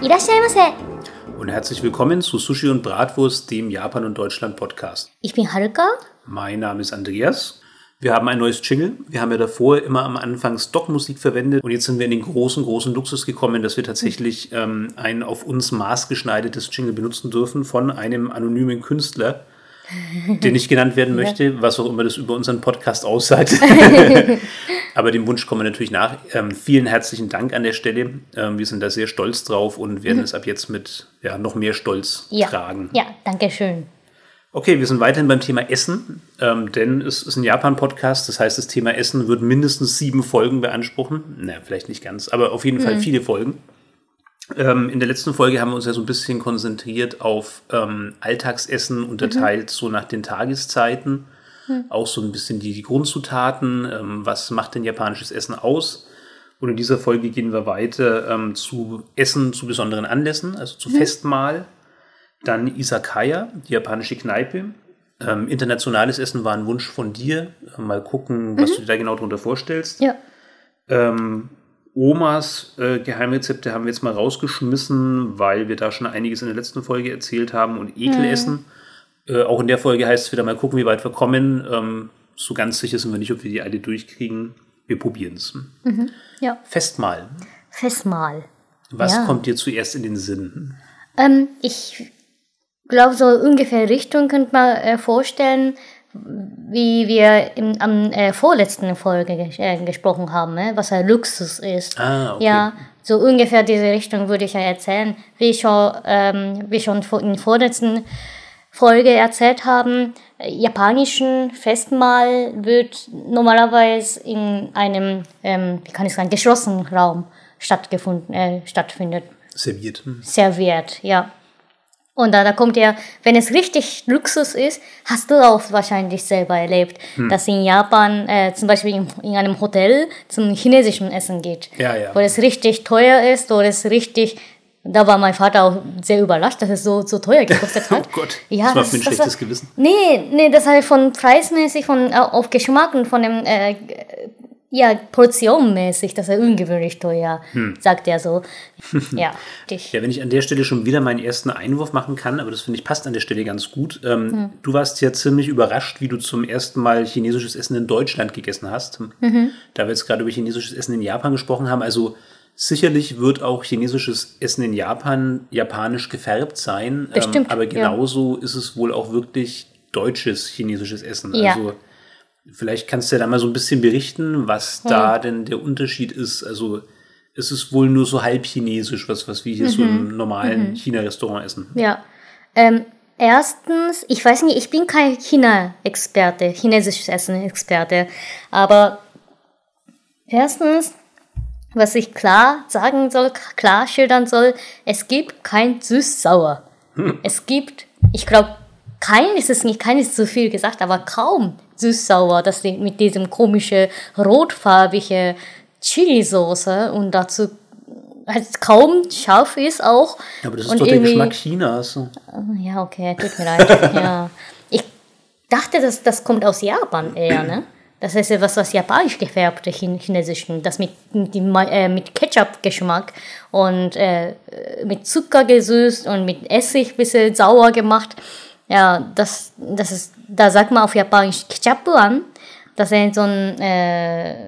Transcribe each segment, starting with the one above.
いらっしゃいませ. Und herzlich willkommen zu Sushi und Bratwurst, dem Japan und Deutschland Podcast. Ich bin Haruka. Mein Name ist Andreas. Wir haben ein neues Jingle. Wir haben ja davor immer am Anfang Stockmusik verwendet. Und jetzt sind wir in den großen Luxus gekommen, dass wir tatsächlich ein auf uns maßgeschneidertes Jingle benutzen dürfen von einem anonymen Künstler, der nicht genannt werden möchte, was auch immer das über unseren Podcast aussagt. Aber dem Wunsch kommen wir natürlich nach. Vielen herzlichen Dank an der Stelle. Wir sind da sehr stolz drauf und werden es ab jetzt mit noch mehr Stolz tragen. Ja, danke schön. Okay, wir sind weiterhin beim Thema Essen, denn es ist ein Japan-Podcast. Das heißt, das Thema Essen wird mindestens 7 Folgen beanspruchen. Naja, vielleicht nicht ganz, aber auf jeden Fall viele Folgen. In der letzten Folge haben wir uns ja so ein bisschen konzentriert auf Alltagsessen, unterteilt so nach den Tageszeiten. Auch so ein bisschen die Grundzutaten, was macht denn japanisches Essen aus? Und in dieser Folge gehen wir weiter zu Essen zu besonderen Anlässen, also zu Festmahl. Dann Izakaya, die japanische Kneipe. Internationales Essen war ein Wunsch von dir. Mal gucken, was du dir da genau darunter vorstellst. Ja. Omas Geheimrezepte haben wir jetzt mal rausgeschmissen, weil wir da schon einiges in der letzten Folge erzählt haben. Und Ekelessen. Auch in der Folge heißt es wieder mal gucken, wie weit wir kommen. So ganz sicher sind wir nicht, ob wir die alle durchkriegen. Wir probieren es. Ja. Festmahl. Festmahl. Was kommt dir zuerst in den Sinn? Ich glaube, so ungefähr Richtung könnte man vorstellen, wie wir am vorletzten Folge gesprochen haben, was ein Luxus ist. Ah, okay. Ja, so ungefähr diese Richtung würde ich ja erzählen. Wie schon in der vorletzten Folge erzählt haben, japanischen Festmahl wird normalerweise in einem, geschlossenen Raum stattfindet. Serviert, ja. Und da kommt ja, wenn es richtig Luxus ist, hast du auch wahrscheinlich selber erlebt, dass in Japan zum Beispiel in einem Hotel zum chinesischen Essen geht. Ja. Wo es richtig teuer ist, da war mein Vater auch sehr überrascht, dass es so teuer gekostet hat. Oh Gott, ja, das war für ein schlechtes Gewissen. Nee, das halt von preismäßig, auf Geschmack und von dem portionmäßig, das ist ungewöhnlich teuer, sagt er so. Ja, wenn ich an der Stelle schon wieder meinen ersten Einwurf machen kann, aber das finde ich passt an der Stelle ganz gut. Du warst ja ziemlich überrascht, wie du zum ersten Mal chinesisches Essen in Deutschland gegessen hast. Da wir jetzt gerade über chinesisches Essen in Japan gesprochen haben, also sicherlich wird auch chinesisches Essen in Japan japanisch gefärbt sein. Bestimmt, aber genauso ist es wohl auch wirklich deutsches chinesisches Essen. Ja. Also vielleicht kannst du ja da mal so ein bisschen berichten, was da denn der Unterschied ist. Also es ist wohl nur so halb chinesisch, was wir hier so im normalen China-Restaurant essen. Ja. Erstens, ich weiß nicht, ich bin kein China-Experte, chinesisches Essen-Experte, aber erstens, was ich klar schildern soll, es gibt kein Süß-Sauer. Es gibt, ich glaube, kein ist zu viel gesagt, aber kaum Süß-Sauer, das mit diesem komischen rotfarbigen Chili-Soße und dazu halt kaum scharf ist auch. Aber das ist doch der Geschmack Chinas. Ja, okay, tut mir leid. Ja. Ich dachte, das kommt aus Japan eher, ne? Das ist etwas, was japanisch gefärbte chinesischen, das mit Ketchup-Geschmack und mit Zucker gesüßt und mit Essig ein bisschen sauer gemacht. Ja, das ist, da sagt man auf Japanisch Ketchup an. Das ist so ein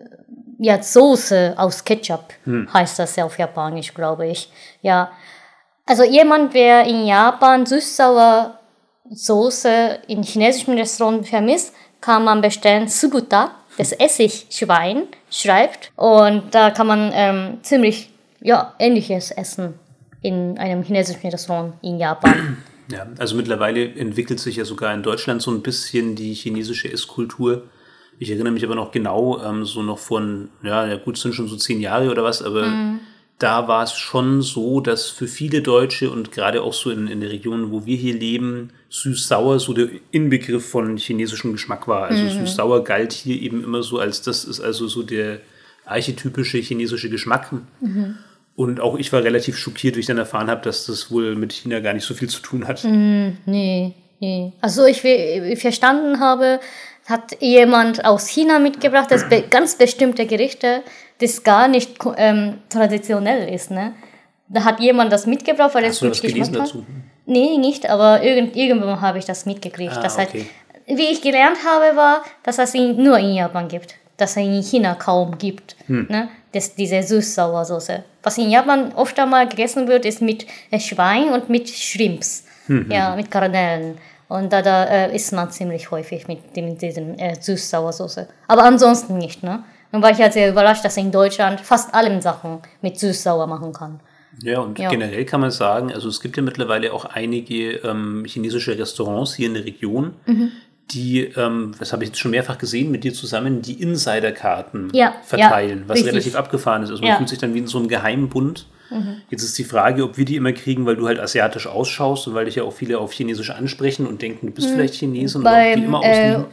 Soße aus Ketchup, heißt das ja auf Japanisch, glaube ich. Ja, also jemand, wer in Japan süß-sauer Soße in chinesischen Restaurant vermisst, kann man bestellen Subuta, das Essigschwein, schreibt. Und da kann man ziemlich Ähnliches essen in einem chinesischen Restaurant in Japan. Ja, also mittlerweile entwickelt sich ja sogar in Deutschland so ein bisschen die chinesische Esskultur. Ich erinnere mich aber noch genau, so noch von, gut, sind schon so 10 Jahre oder was, aber da war es schon so, dass für viele Deutsche und gerade auch so in der Region, wo wir hier leben, süß-sauer so der Inbegriff von chinesischem Geschmack war. Also süß-sauer galt hier eben immer so als, das ist also so der archetypische chinesische Geschmack. Und auch ich war relativ schockiert, wie ich dann erfahren habe, dass das wohl mit China gar nicht so viel zu tun hat. Nee. Also ich verstanden habe, hat jemand aus China mitgebracht, das ganz bestimmte Gerichte, das gar nicht traditionell ist, ne? Da hat jemand das mitgebracht, weil es Hast du gut was gelesen geschmeckt hat. dazu? Nee, nicht, aber irgendwann habe ich das mitgekriegt. Das halt, Okay. wie ich gelernt habe, war, dass es nur in Japan gibt. Dass es in China kaum gibt. Ne? Diese Süß-Sauer-Soße. Was in Japan oft einmal gegessen wird, ist mit Schwein und mit Shrimps. Ja, mit Garnelen. Und da isst man ziemlich häufig mit diesem Süß-Sauer-Soße. Aber ansonsten nicht, ne? Dann war ich halt sehr überrascht, dass in Deutschland fast alle Sachen mit Süß-Sauer machen kann. Ja, und generell kann man sagen, also es gibt ja mittlerweile auch einige chinesische Restaurants hier in der Region, die, das habe ich jetzt schon mehrfach gesehen, mit dir zusammen die Insiderkarten verteilen, was richtig. relativ abgefahren ist. Also man fühlt sich dann wie in so einem Geheimbund. Jetzt ist die Frage, ob wir die immer kriegen, weil du halt asiatisch ausschaust und weil dich ja auch viele auf Chinesisch ansprechen und denken, du bist vielleicht Chinesin oder ob die immer ausliegen.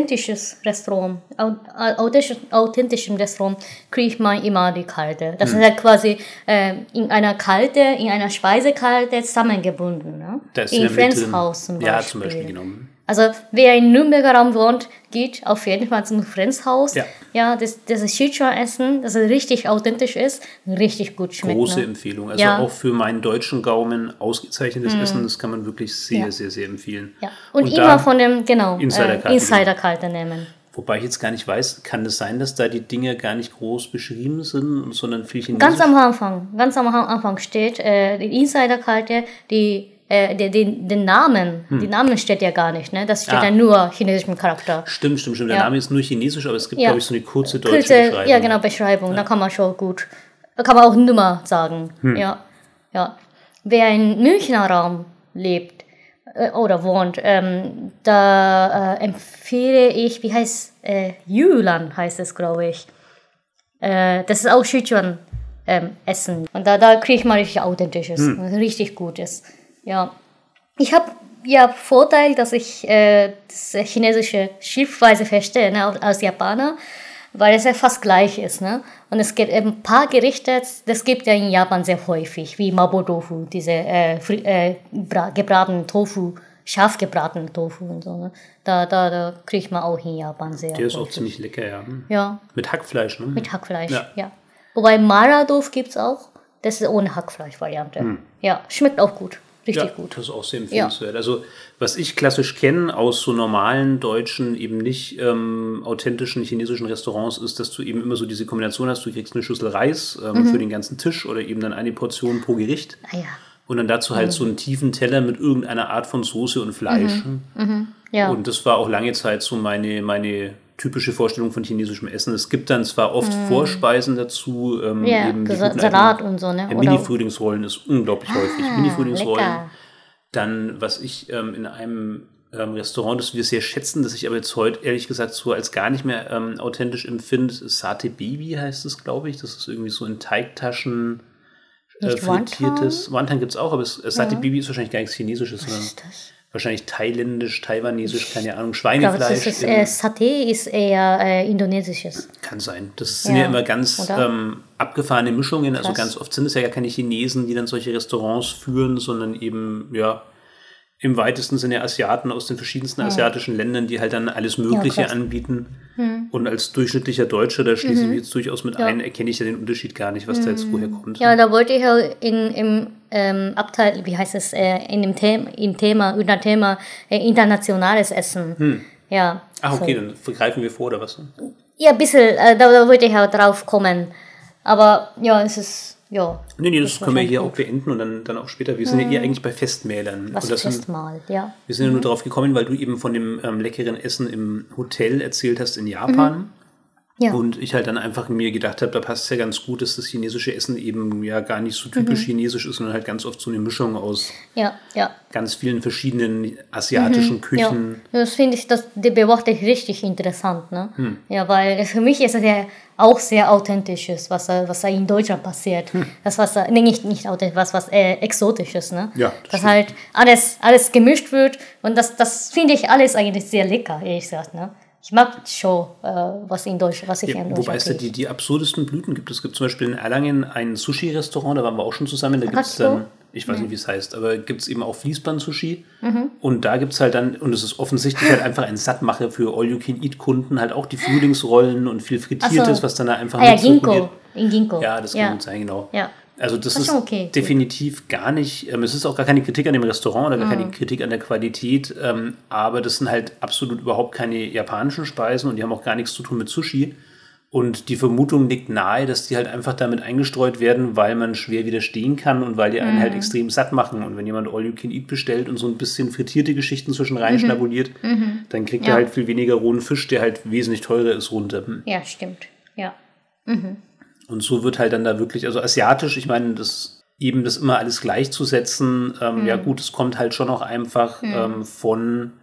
Authentischen Restaurant kriegt man immer die Karte. Das ist ja quasi in einer Speisekarte zusammengebunden. Ne? In Friends Haus zum Beispiel. Ja, zum Beispiel, genau. Also wer in Nürnberger Raum wohnt, geht auf jeden Fall zum Friends Haus. Ja, das ist Sichuan-Essen, das richtig authentisch ist, richtig gut schmeckt. Große Empfehlung. Also auch für meinen deutschen Gaumen ausgezeichnetes Essen, das kann man wirklich sehr, sehr, sehr empfehlen. Ja. Und immer von dem, Insiderkarte nehmen. Wobei ich jetzt gar nicht weiß, kann es sein, dass da die Dinge gar nicht groß beschrieben sind, sondern viel Chinesisch? Ganz am Anfang steht die Insiderkarte, den Namen, die Namen steht ja gar nicht, ne? Das steht ja nur chinesischem Charakter. Stimmt. Der Name ist nur chinesisch, aber es gibt, glaube ich, so eine kurze deutsche Beschreibung. Ja, genau, Beschreibung. Da kann man schon gut, da kann man auch Nummer sagen. Ja. Wer in Münchner Raum lebt oder wohnt, da empfehle ich, wie heißt, Yulan heißt es, glaube ich. Das ist auch Sichuan Essen. Und da kriegt man richtig authentisches, richtig gutes. Ja, ich habe Vorteil, dass ich das chinesische Schriftweise verstehe, ne, als Japaner, weil es ja fast gleich ist. Ne? Und es gibt ein paar Gerichte, das gibt ja in Japan sehr häufig, wie Mapo-Tofu, diese gebratenen Tofu, scharf gebratenen Tofu und so. Ne? Da kriegt man auch in Japan sehr Der ist häufig. auch ziemlich lecker, ja. Ja. Mit Hackfleisch, ne? Mit Hackfleisch, ja. Wobei Mara-Tofu gibt es auch, das ist ohne Hackfleisch-Variante. Ja, schmeckt auch gut. Richtig gut. Das ist auch sehr empfehlenswert. Also, was ich klassisch kenne aus so normalen deutschen, eben nicht authentischen chinesischen Restaurants, ist, dass du eben immer so diese Kombination hast, du kriegst eine Schüssel Reis für den ganzen Tisch oder eben dann eine Portion pro Gericht. Und dann dazu halt so einen tiefen Teller mit irgendeiner Art von Soße und Fleisch. Ja. Und das war auch lange Zeit so meine typische Vorstellung von chinesischem Essen. Es gibt dann zwar oft Vorspeisen dazu, eben Salat und so, ne? Mini-Frühlingsrollen ist unglaublich häufig. Mini-Frühlingsrollen. Dann, was ich in einem Restaurant, das wir sehr schätzen, das ich aber jetzt heute ehrlich gesagt so als gar nicht mehr authentisch empfinde, Satay Baby heißt es, glaube ich. Das ist irgendwie so in Teigtaschen frittiertes. Wonton gibt es auch, aber Satay Baby ist wahrscheinlich gar nichts Chinesisches, sondern wahrscheinlich thailändisch, taiwanesisch, keine Ahnung, Schweinefleisch. Ich glaube, Satay ist eher indonesisches. Kann sein. Das sind ja immer ganz abgefahrene Mischungen. Also ganz oft sind es ja gar keine Chinesen, die dann solche Restaurants führen, sondern eben, im weitesten Sinne Asiaten aus den verschiedensten asiatischen Ländern, die halt dann alles Mögliche anbieten. Und als durchschnittlicher Deutscher, da schließe ich mich jetzt durchaus mit ein, erkenne ich ja den Unterschied gar nicht, was da jetzt woher kommt. Ja, da wollte ich auch im Abteil, wie heißt es, in dem Thema internationales Essen. Ja. Ach, okay, dann greifen wir vor, oder was? Ja, ein bisschen, da wollte ich auch drauf kommen. Aber ja, es ist, Nee, das können wir hier auch beenden und dann auch später. Wir sind ja eigentlich bei Festmählern. Was festmalt, ja. Wir sind ja nur darauf gekommen, weil du eben von dem leckeren Essen im Hotel erzählt hast in Japan. Ja. Und ich halt dann einfach mir gedacht habe, da passt es ja ganz gut, dass das chinesische Essen eben ja gar nicht so typisch chinesisch ist, sondern halt ganz oft so eine Mischung aus ganz vielen verschiedenen asiatischen Küchen. Ja, das finde ich, die beobachte ich richtig interessant. Ne? Ja, weil für mich ist es ja auch sehr authentisch, was da in Deutschland passiert. Das nicht authentisch, was Exotisches. Ne? Ja, dass halt alles gemischt wird und das finde ich alles eigentlich sehr lecker, ehrlich gesagt. Ne? Ich mag schon, was ich in Deutschland wobei es da die absurdesten Blüten gibt. Es gibt zum Beispiel in Erlangen ein Sushi-Restaurant, da waren wir auch schon zusammen. Da gibt es dann, ich weiß nicht, wie es heißt, aber gibt es eben auch Fließband-Sushi. Und da gibt es halt dann, und es ist offensichtlich halt einfach ein Sattmacher für All-You-Can-Eat-Kunden, halt auch die Frühlingsrollen und viel Frittiertes, was dann da einfach Ginkgo. In Ginkgo. Ja, das kann gut sein, genau. Ja. Also das ist ist okay. definitiv gar nicht, es ist auch gar keine Kritik an dem Restaurant oder gar keine Kritik an der Qualität, aber das sind halt absolut überhaupt keine japanischen Speisen und die haben auch gar nichts zu tun mit Sushi. Und die Vermutung liegt nahe, dass die halt einfach damit eingestreut werden, weil man schwer widerstehen kann und weil die einen halt extrem satt machen. Und wenn jemand All You Can Eat bestellt und so ein bisschen frittierte Geschichten zwischen rein schnabuliert, dann kriegt er halt viel weniger rohen Fisch, der halt wesentlich teurer ist, runter. Ja, stimmt. Ja. Und so wird halt dann da wirklich, also asiatisch, ich meine, das immer alles gleichzusetzen, ja gut, es kommt halt schon auch einfach von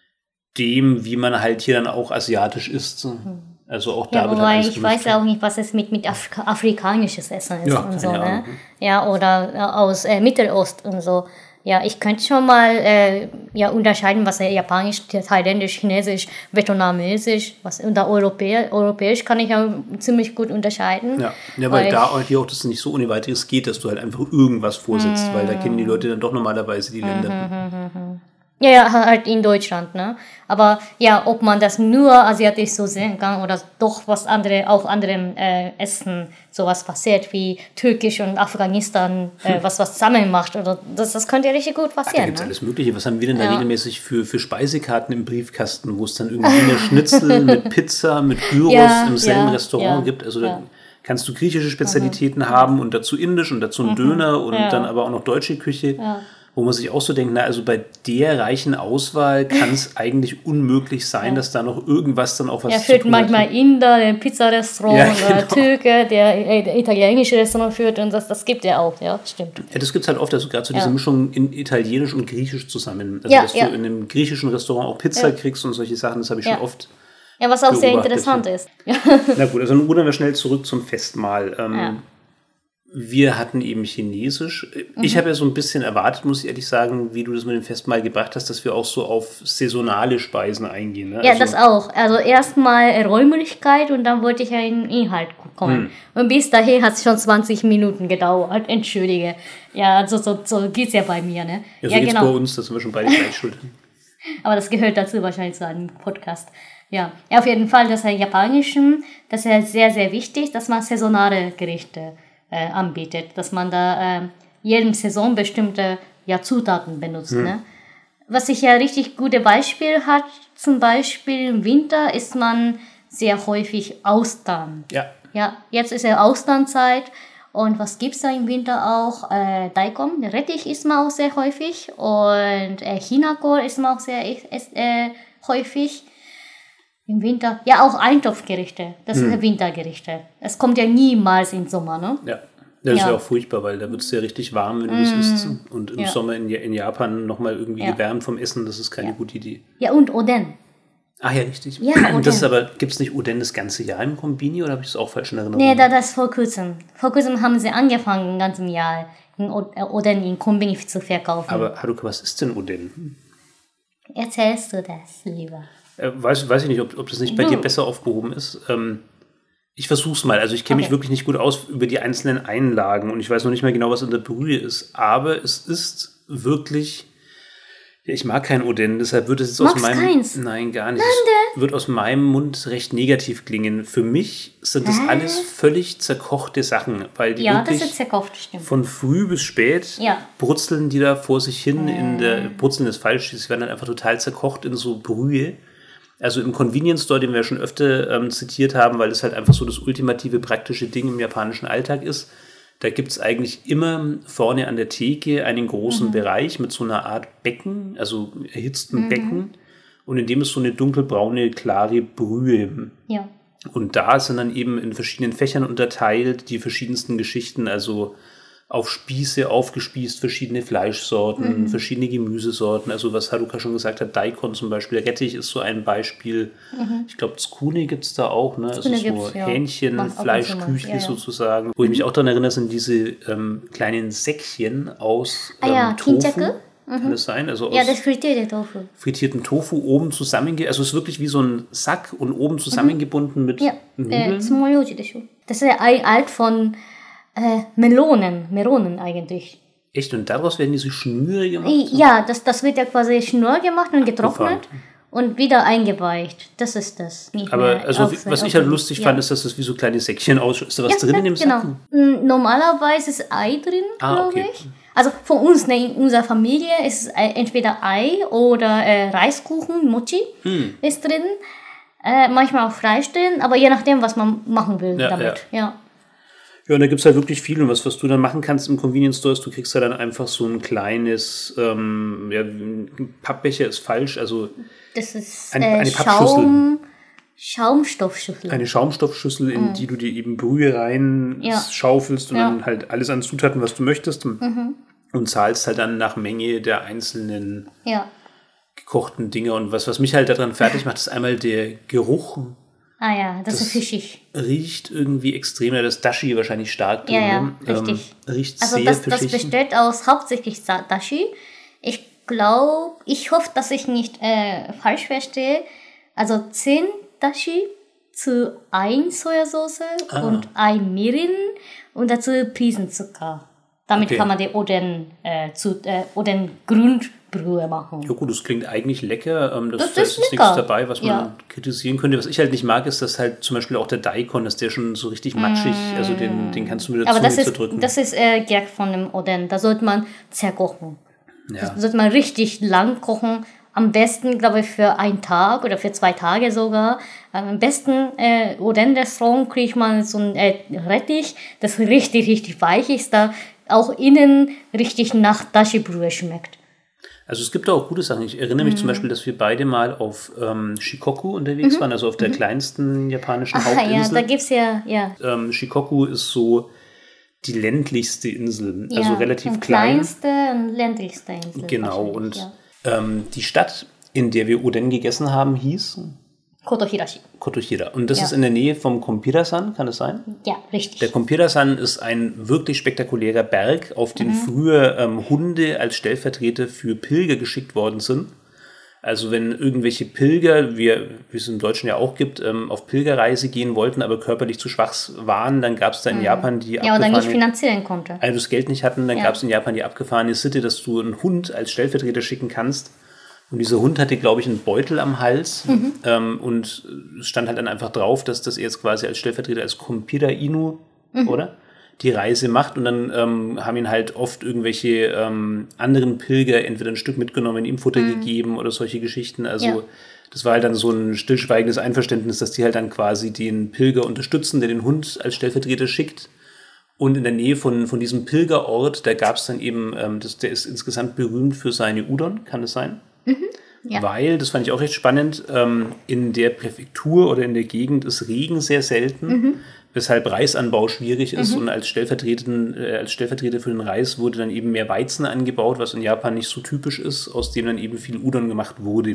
dem, wie man halt hier dann auch asiatisch isst. Also auch da ja, wobei ich weiß auch nicht, was es mit afrikanisches Essen ist und so, ne? Ja, oder aus Mittelost und so. Ja, ich könnte schon mal unterscheiden, was Japanisch, Thailändisch, Chinesisch, Vietnamesisch, oder Europäisch kann ich auch ziemlich gut unterscheiden. Ja, weil da hier auch das nicht so ohne weiteres geht, dass du halt einfach irgendwas vorsetzt, weil da kennen die Leute dann doch normalerweise die Länder. Ja, halt in Deutschland, ne? Aber ja, ob man das nur asiatisch so sehen kann oder doch was auch anderem Essen sowas passiert wie Türkisch und Afghanistan was zusammen macht oder das könnte ja richtig gut passieren. Da gibt es alles Mögliche. Was haben wir denn da regelmäßig für Speisekarten im Briefkasten, wo es dann irgendwie eine Schnitzel mit Pizza, mit Gyros im selben Restaurant gibt? Also da kannst du griechische Spezialitäten haben und dazu indisch und dazu einen Döner und dann aber auch noch deutsche Küche. Wo man sich auch so denkt, na, also bei der reichen Auswahl kann es eigentlich unmöglich sein, dass da noch irgendwas dann auch was zu führt tun manchmal hat. Inder, der Pizzarestaurant oder Türke, der italienische Restaurant führt und das gibt ja auch, ja, stimmt. Ja, das gibt es halt oft, also gerade so diese Mischung in Italienisch und Griechisch zusammen. Also dass du in einem griechischen Restaurant auch Pizza kriegst und solche Sachen, das habe ich schon oft was auch sehr interessant ist. Na gut, also rudern wir schnell zurück zum Festmahl. Wir hatten eben Chinesisch. Ich habe ja so ein bisschen erwartet, muss ich ehrlich sagen, wie du das mit dem Festmahl gebracht hast, dass wir auch so auf saisonale Speisen eingehen. Ne? Ja, das auch. Also erstmal Räumlichkeit und dann wollte ich ja in den Inhalt kommen. Und bis dahin hat es schon 20 Minuten gedauert. Entschuldige. Ja, so geht es ja bei mir. Ne? Ja, so geht's bei uns, das sind wir schon beide gleich schuld. Aber das gehört dazu wahrscheinlich zu einem Podcast. Ja, auf jeden Fall, das Japanischen, das ist sehr, sehr wichtig, dass man saisonale Gerichte anbietet, dass man da jedem Saison bestimmte Zutaten benutzt. Ne? Was ich ja richtig gute Beispiel hat, zum Beispiel im Winter isst man sehr häufig Austern. Ja, jetzt ist ja Austernzeit und was gibt es da im Winter auch? Daikon, Rettich isst man auch sehr häufig und Chinakohl isst man auch sehr häufig. Im Winter, ja auch Eintopfgerichte, das sind Wintergerichte. Es kommt ja niemals im Sommer, ne? Ja, das ist ja auch furchtbar, weil da wird es ja richtig warm, wenn du das isst. Und im Sommer in Japan nochmal irgendwie gewärmt vom Essen, das ist keine gute Idee. Ja, und Oden. Ach ja, richtig. Ja, Oden. Das ist aber, gibt es nicht Oden das ganze Jahr im Kombini oder habe ich das auch falsch in Erinnerung? Nee, das vor kurzem. Vor kurzem haben sie angefangen, im ganzen Jahr Oden in Kombini zu verkaufen. Aber Haruka, was ist denn Oden? Erzählst du das lieber? Weiß ich nicht, ob das nicht bei dir besser aufgehoben ist. Ich versuch's mal. Also ich kenne mich wirklich nicht gut aus über die einzelnen Einlagen und ich weiß noch nicht mehr genau, was in der Brühe ist. Aber es ist wirklich... Ja, ich mag kein Oden, deshalb wird es jetzt aus meinem... Keins? Nein, gar nicht. Es wird aus meinem Mund recht negativ klingen. Für mich sind das alles völlig zerkochte Sachen, weil die wirklich das ist zerkocht, stimmt. von früh bis spät brutzeln die da vor sich hin. Brutzeln ist falsch, sie werden dann einfach total zerkocht in so Brühe. Also im Convenience Store, den wir schon öfter zitiert haben, weil das halt einfach so das ultimative praktische Ding im japanischen Alltag ist. Da gibt es eigentlich immer vorne an der Theke einen großen Bereich mit so einer Art Becken, also erhitztem Becken. Und in dem ist so eine dunkelbraune, klare Brühe. Ja. Und da sind dann eben in verschiedenen Fächern unterteilt die verschiedensten Geschichten, also auf Spieße aufgespießt, verschiedene Fleischsorten, verschiedene Gemüsesorten. Also was Haruka schon gesagt hat, Daikon zum Beispiel, Rettich ist so ein Beispiel. Ich glaube, Tsukune gibt es da auch, ne? Also so Hähnchen, Fleischküchli sozusagen. Wo ich mich auch daran erinnere, sind diese kleinen Säckchen aus Tofu. Kinchaku? Kann das sein? Also aus das frittierte Tofu. Frittierten Tofu oben also es ist wirklich wie so ein Sack und oben zusammengebunden mit Nudeln. Das ist ja eine Art von Melonen eigentlich. Echt? Und daraus werden diese Schnüre gemacht? Ja, das wird ja quasi Schnur gemacht und getrocknet. und wieder eingeweicht. Das ist das. Nicht Aber mehr also, was ich halt lustig fand, ist, dass das wie so kleine Säckchen ausschaut. Ist da was drin in dem Sack? Genau. Normalerweise ist Ei drin, glaube ich. Also von uns, in unserer Familie ist entweder Ei oder Reiskuchen, Mochi ist drin. Manchmal auch Fleisch drin, aber je nachdem, was man machen will damit. Ja, und da gibt es halt wirklich viel. Und was du dann machen kannst im Convenience Store ist, du kriegst ja dann einfach so ein kleines, Pappbecher ist falsch, also das ist eine Pappschüssel. Schaumstoffschüssel. Eine Schaumstoffschüssel, in die du dir eben Brühe rein schaufelst und dann halt alles an Zutaten, was du möchtest. Und zahlst halt dann nach Menge der einzelnen gekochten Dinge. Und was mich halt daran fertig macht, ist einmal der Geruch. Ah ja, das ist fischig. Riecht irgendwie extrem, das Dashi wahrscheinlich stark drin. Ja, richtig. Riecht also sehr das besteht aus hauptsächlich Dashi. Ich hoffe, dass ich nicht falsch verstehe. Also 10 Dashi zu 1 Sojasauce und 1 Mirin und dazu Prisenzucker. Damit kann man die Oden-Grundbrühe machen. Ja gut, das klingt eigentlich lecker. Da ist nichts dabei, was man kritisieren könnte. Was ich halt nicht mag, ist, dass halt zum Beispiel auch der Daikon, dass der schon so richtig matschig, also den kannst du mit der Zunge zerdrücken. Aber das ist direkt von dem Oden. Da sollte man zerkochen. Das sollte man richtig lang kochen. Am besten, glaube ich, für 1 Tag oder für 2 Tage sogar. Am besten Oden-Restaurant kriegt man so ein Rettich, das richtig, richtig weich ist, da auch innen richtig nach Dashi-Brühe schmeckt. Also es gibt auch gute Sachen. Ich erinnere mich zum Beispiel, dass wir beide mal auf Shikoku unterwegs waren, also auf der kleinsten japanischen Hauptinsel. Ja, da gibt es Shikoku ist so die ländlichste Insel, also relativ klein. Kleinste und ländlichste Insel. Genau, und die Stadt, in der wir Oden gegessen haben, hieß Kotohira. Und das ist in der Nähe vom Kompirasan, kann das sein? Ja, richtig. Der Kompirasan ist ein wirklich spektakulärer Berg, auf den früher Hunde als Stellvertreter für Pilger geschickt worden sind. Also wenn irgendwelche Pilger, wie es im Deutschen ja auch gibt, auf Pilgerreise gehen wollten, aber körperlich zu schwach waren, dann gab es da in Japan die abgefahrene... oder nicht finanzieren konnte. Also das Geld nicht hatten, dann gab es in Japan die abgefahrene Sitte, dass du einen Hund als Stellvertreter schicken kannst. Und dieser Hund hatte, glaube ich, einen Beutel am Hals und es stand halt dann einfach drauf, dass das jetzt quasi als Stellvertreter, als Kompira Inu, oder? Die Reise macht und dann haben ihn halt oft irgendwelche anderen Pilger entweder ein Stück mitgenommen, ihm Futter gegeben oder solche Geschichten. Also das war halt dann so ein stillschweigendes Einverständnis, dass die halt dann quasi den Pilger unterstützen, der den Hund als Stellvertreter schickt. Und in der Nähe von diesem Pilgerort, da gab es dann eben, der ist insgesamt berühmt für seine Udon, kann das sein? Weil, das fand ich auch recht spannend, in der Präfektur oder in der Gegend ist Regen sehr selten, weshalb Reisanbau schwierig ist und als Stellvertreter für den Reis wurde dann eben mehr Weizen angebaut, was in Japan nicht so typisch ist, aus dem dann eben viel Udon gemacht wurde.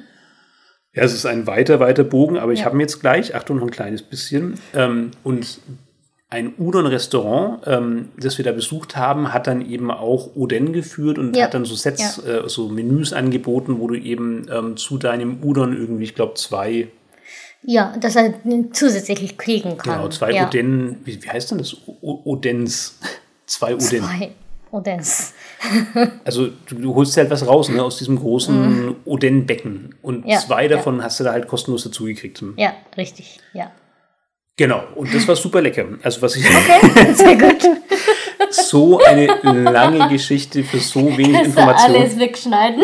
Ja, es ist ein weiter Bogen, aber ich habe mir jetzt gleich, Achtung, noch ein kleines bisschen, und ein Udon-Restaurant, das wir da besucht haben, hat dann eben auch Oden geführt und hat dann so Sets, so Menüs angeboten, wo du eben zu deinem Udon irgendwie, ich glaube, 2... Ja, dass er zusätzlich kriegen kann. Genau, 2 Oden, wie heißt denn das? Odens. 2 Oden. 2 Odens. Also du holst halt was raus, ne, aus diesem großen Oden-Becken. Und 2 davon hast du da halt kostenlos dazu gekriegt. Ja, richtig, Genau, und das war super lecker. Also was ich okay, sehr gut. So eine lange Geschichte für so wenig Informationen. Alles wegschneiden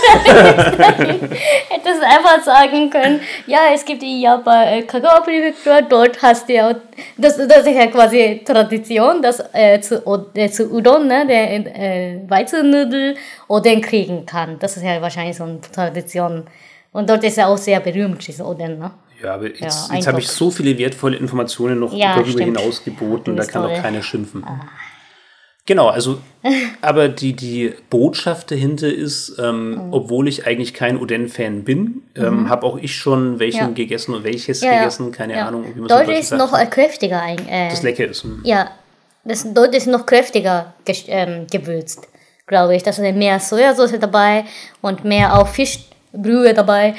können. Hättest einfach sagen können, ja, es gibt die Japan Kagawa-Präfektur, dort hast du ja, das ist ja quasi Tradition, dass zu Udon, ne, der Weizennudel Oden kriegen kann. Das ist ja wahrscheinlich so eine Tradition. Und dort ist ja auch sehr berühmt, diese Oden, ne? Ja, aber jetzt habe ich so viele wertvolle Informationen noch darüber hinaus geboten, da kann doch keiner schimpfen. Genau, also, aber die Botschaft dahinter ist, obwohl ich eigentlich kein Oden-Fan bin, habe auch ich schon welchen gegessen und welches gegessen, keine Ahnung. Wie man dort ist noch kräftiger. Das lecker ist. Ja, dort ist noch kräftiger gewürzt, glaube ich. Da ist mehr Sojasauce dabei und mehr auch Fischbrühe dabei.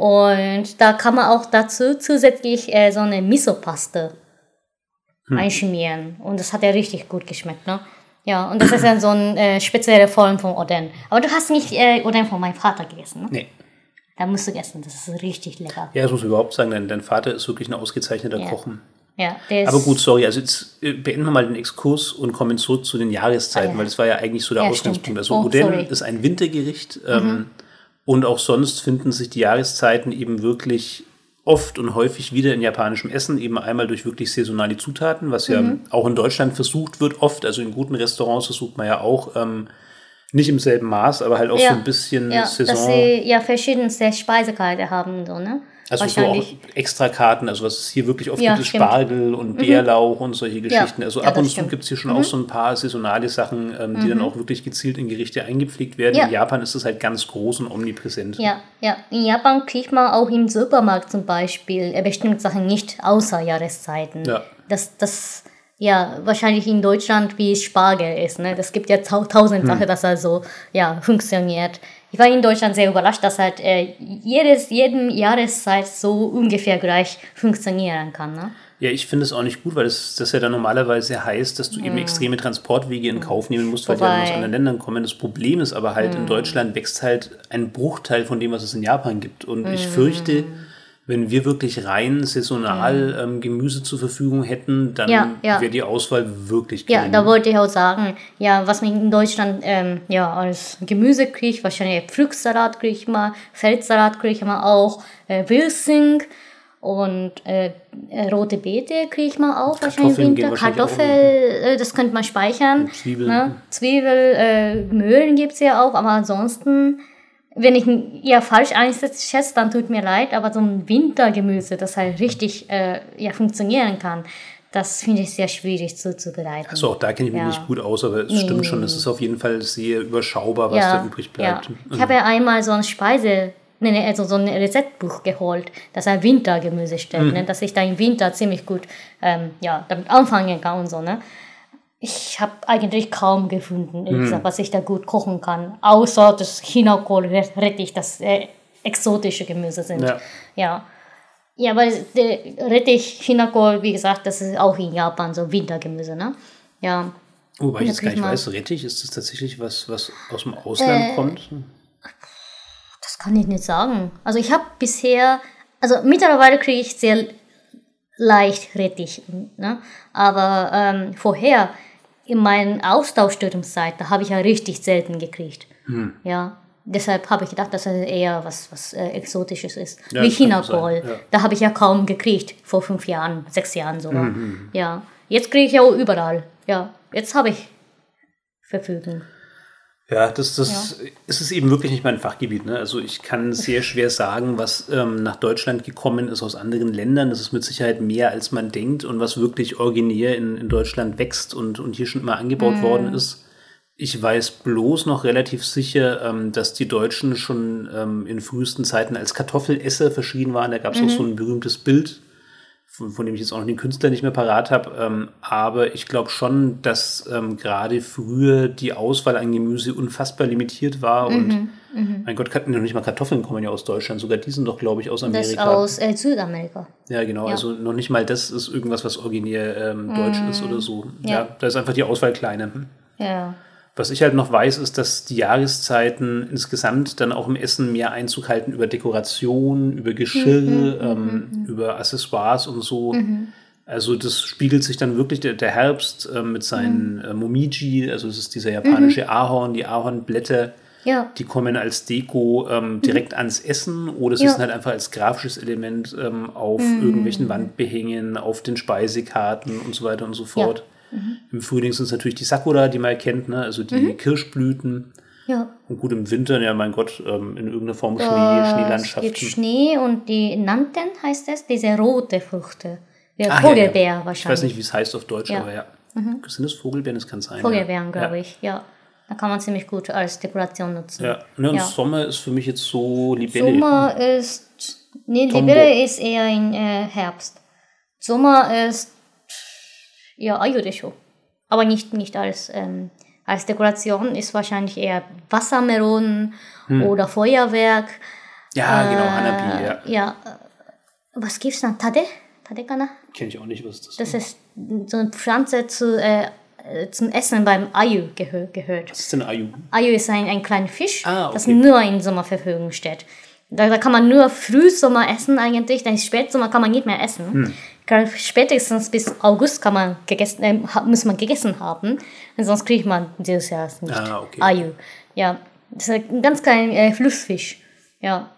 Und da kann man auch dazu zusätzlich so eine Miso-Paste einschmieren. Und das hat ja richtig gut geschmeckt, ne? Ja, und das ist dann so eine spezielle Form von Oden. Aber du hast nicht Oden von meinem Vater gegessen, ne? Nee. Da musst du essen, das ist richtig lecker. Ja, das muss ich überhaupt sagen, dein Vater ist wirklich ein ausgezeichneter Koch. Ja, der ist, Aber gut, sorry, also jetzt beenden wir mal den Exkurs und kommen zurück zu den Jahreszeiten, weil das war ja eigentlich so der Ausgangspunkt. Stimmt. Also Oden ist ein Wintergericht und auch sonst finden sich die Jahreszeiten eben wirklich oft und häufig wieder in japanischem Essen, eben einmal durch wirklich saisonale Zutaten, was ja auch in Deutschland versucht wird, oft, also in guten Restaurants versucht man ja auch, nicht im selben Maß, aber halt auch so ein bisschen Saison. Dass sie verschiedenste Speisekarte haben, so, ne? Also so auch Extrakarten, also was es hier wirklich oft gibt, ist Spargel und Bärlauch und solche Geschichten. Also ab und zu gibt es hier schon auch so ein paar saisonale Sachen, die dann auch wirklich gezielt in Gerichte eingepflegt werden. In Japan ist das halt ganz groß und omnipräsent. Ja. In Japan kriegt man auch im Supermarkt zum Beispiel bestimmte Sachen nicht außer Jahreszeiten. Ja. Das wahrscheinlich in Deutschland wie Spargel ist. Ne? Das gibt ja tausend Sachen, dass also funktioniert. Ich war in Deutschland sehr überrascht, dass halt jeden Jahreszeit so ungefähr gleich funktionieren kann. Ne? Ja, ich finde es auch nicht gut, weil das ja dann normalerweise heißt, dass du eben extreme Transportwege in Kauf nehmen musst, weil die aus anderen Ländern kommen. Das Problem ist aber halt, in Deutschland wächst halt ein Bruchteil von dem, was es in Japan gibt. Und ich fürchte, wenn wir wirklich rein saisonal Gemüse zur Verfügung hätten, dann wäre die Auswahl wirklich gering. Ja, da wollte ich auch sagen, was man in Deutschland als Gemüse kriegt, wahrscheinlich Fruchtsalat kriege ich mal, Feldsalat kriege ich mal auch, Wilsing und rote Beete kriege ich mal auch wahrscheinlich im Winter. Kartoffel, das könnte man speichern. Zwiebeln. Ne? Möhren gibt es ja auch, aber ansonsten... Wenn ich falsch einschätze, dann tut mir leid, aber so ein Wintergemüse, das halt richtig funktionieren kann, das finde ich sehr schwierig zuzubereiten. Also auch da kenne ich mich nicht gut aus, aber es stimmt schon, es ist auf jeden Fall sehr überschaubar, was da übrig bleibt. Ja. Ich habe ja einmal so ein so ein Rezeptbuch geholt, das ein Wintergemüse stellt, ne, dass ich da im Winter ziemlich gut damit anfangen kann und so, ne. Ich habe eigentlich kaum gefunden, was ich da gut kochen kann. Außer das Chinakohl-Rettich, das exotische Gemüse sind. Ja, weil der Rettich, Chinakohl, wie gesagt, das ist auch in Japan so Wintergemüse, ne? Ja. Wobei ich jetzt gar nicht weiß, Rettich, ist das tatsächlich was aus dem Ausland kommt? Das kann ich nicht sagen. Also ich habe bisher, mittlerweile kriege ich sehr leicht Rettich, ne? Aber vorher... In meinen Austauschstudiumszeit, da habe ich ja richtig selten gekriegt. Ja, deshalb habe ich gedacht, dass es eher was Exotisches ist. Ja, wie Chinakohl. Ja. Da habe ich ja kaum gekriegt, vor 5 Jahren, 6 Jahren sogar. Ja, jetzt kriege ich ja auch überall. Ja, jetzt habe ich Verfügung. Ja, das ist eben wirklich nicht mein Fachgebiet. Ne? Also ich kann sehr schwer sagen, was nach Deutschland gekommen ist aus anderen Ländern. Das ist mit Sicherheit mehr, als man denkt und was wirklich originär in Deutschland wächst und hier schon immer angebaut worden ist. Ich weiß bloß noch relativ sicher, dass die Deutschen schon in frühesten Zeiten als Kartoffelesser verschrien waren. Da gab es auch so ein berühmtes Bild, von dem ich jetzt auch noch den Künstler nicht mehr parat habe, aber ich glaube schon, dass gerade früher die Auswahl an Gemüse unfassbar limitiert war und mein Gott, noch nicht mal Kartoffeln kommen ja aus Deutschland, sogar die sind doch, glaube ich, aus Amerika. Das aus Südamerika. Ja, genau, also noch nicht mal das ist irgendwas, was originär deutsch ist oder so. Ja, da ist einfach die Auswahl kleiner. Ja. Was ich halt noch weiß, ist, dass die Jahreszeiten insgesamt dann auch im Essen mehr Einzug halten über Dekoration, über Geschirr, über Accessoires und so. Also das spiegelt sich dann wirklich der Herbst mit seinen Momiji, also es ist dieser japanische Ahorn, die Ahornblätter, die kommen als Deko direkt ans Essen oder sie sind halt einfach als grafisches Element auf irgendwelchen Wandbehängen, auf den Speisekarten und so weiter und so fort. Im Frühling sind es natürlich die Sakura, die man kennt, ne? Also die Kirschblüten. Ja. Und gut, im Winter, ja mein Gott, in irgendeiner Form Schneelandschaften. Es gibt Schnee und die Nanten heißt es, diese rote Früchte. Ja, Vogelbeer wahrscheinlich. Ich weiß nicht, wie es heißt auf Deutsch, aber ja. Sind das Vogelbeeren? Das kann sein. Vogelbeeren, glaube ich, ja. Da kann man ziemlich gut als Dekoration nutzen. Ja, und Sommer ist für mich jetzt so Libelle. Libelle ist eher im Herbst. Sommer ist Ayu desho. Aber nicht als Dekoration ist wahrscheinlich eher Wassermelonen oder Feuerwerk. Ja, genau, Hanabi, ja. Was gibt's dann? Tade kana? Kenn ich auch nicht, was das ist. Das ist so eine Pflanze zum Essen beim Ayu gehört. Was ist denn Ayu? Ayu ist ein kleiner Fisch, das nur in Sommer zur Verfügung steht. Da kann man nur Frühsommer essen eigentlich, dann Spätsommer kann man nicht mehr essen. Spätestens bis August muss man gegessen haben, sonst kriegt man dieses Jahr nicht. Okay. Ayu. Ja, das ist ein ganz kleiner Flussfisch. Ja,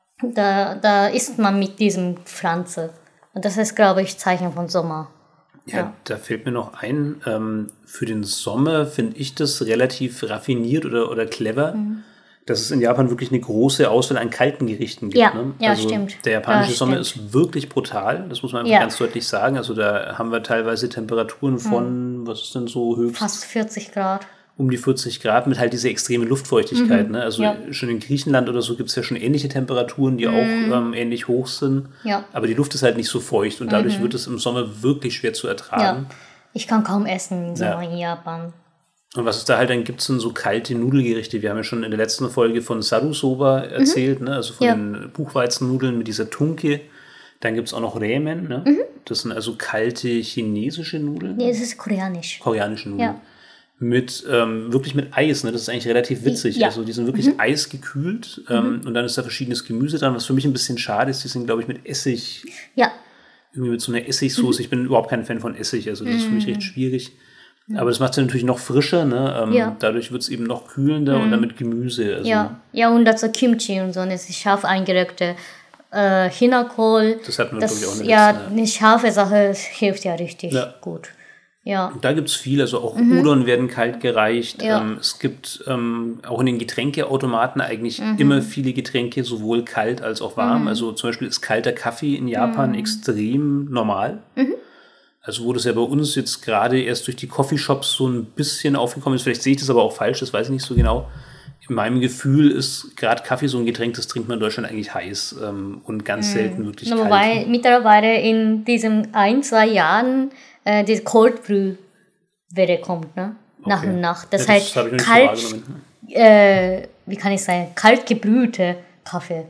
da isst man mit diesem Pflanze. Und das ist, glaube ich, Zeichen von Sommer. Ja, da fällt mir noch ein, für den Sommer finde ich das relativ raffiniert oder clever, dass es in Japan wirklich eine große Auswahl an kalten Gerichten gibt. Ja, Ne? ja, also stimmt. Der japanische Ja, Sommer stimmt. ist wirklich brutal, das muss man einfach ganz deutlich sagen. Also da haben wir teilweise Temperaturen von, was ist denn so höchst? Fast 40 Grad. Um die 40 Grad mit halt dieser extreme Luftfeuchtigkeit. Ne? Also schon in Griechenland oder so gibt es ja schon ähnliche Temperaturen, die auch ähnlich hoch sind. Ja. Aber die Luft ist halt nicht so feucht und dadurch wird es im Sommer wirklich schwer zu ertragen. Ja. Ich kann kaum essen im Sommer in Japan. Und was es da halt dann gibt, sind so kalte Nudelgerichte. Wir haben ja schon in der letzten Folge von Saru-Soba erzählt, ne? Also von den Buchweizennudeln mit dieser Tunke. Dann gibt es auch noch Ramen. Ne? Das sind also kalte chinesische Nudeln. Nee, es ist koreanisch. Koreanische Nudeln. Ja. Wirklich mit Eis, ne? Das ist eigentlich relativ witzig. Ja. Also die sind wirklich eisgekühlt und dann ist da verschiedenes Gemüse dran, was für mich ein bisschen schade ist. Die sind, glaube ich, mit Essig, Ja, irgendwie mit so einer Essigsoße. Ich bin überhaupt kein Fan von Essig, also das ist für mich recht schwierig. Aber das macht es natürlich noch frischer, ne? Dadurch wird es eben noch kühlender und dann mit Gemüse. Also ja, und dazu Kimchi und so, das ist scharf eingelegte Chinakohl. Das hatten wir, glaube ich, auch in der Ja, letzten, eine scharfe Sache hilft ja richtig gut. Ja. Da gibt es viel, also auch Udon werden kalt gereicht. Ja. Es gibt auch in den Getränkeautomaten eigentlich immer viele Getränke, sowohl kalt als auch warm. Also zum Beispiel ist kalter Kaffee in Japan extrem normal. Also wo das ja bei uns jetzt gerade erst durch die Coffeeshops so ein bisschen aufgekommen ist, vielleicht sehe ich das aber auch falsch, das weiß ich nicht so genau. In meinem Gefühl ist gerade Kaffee so ein Getränk, das trinkt man in Deutschland eigentlich heiß und ganz selten wirklich kalt. Wobei mittlerweile in diesen 1-2 Jahren diese Cold Brew Welle kommt, ne? Nach und nach. Das Ja, heißt, habe ich noch nicht so kalt, wahrgenommen. wie kann ich sagen, kalt gebrühte Kaffee.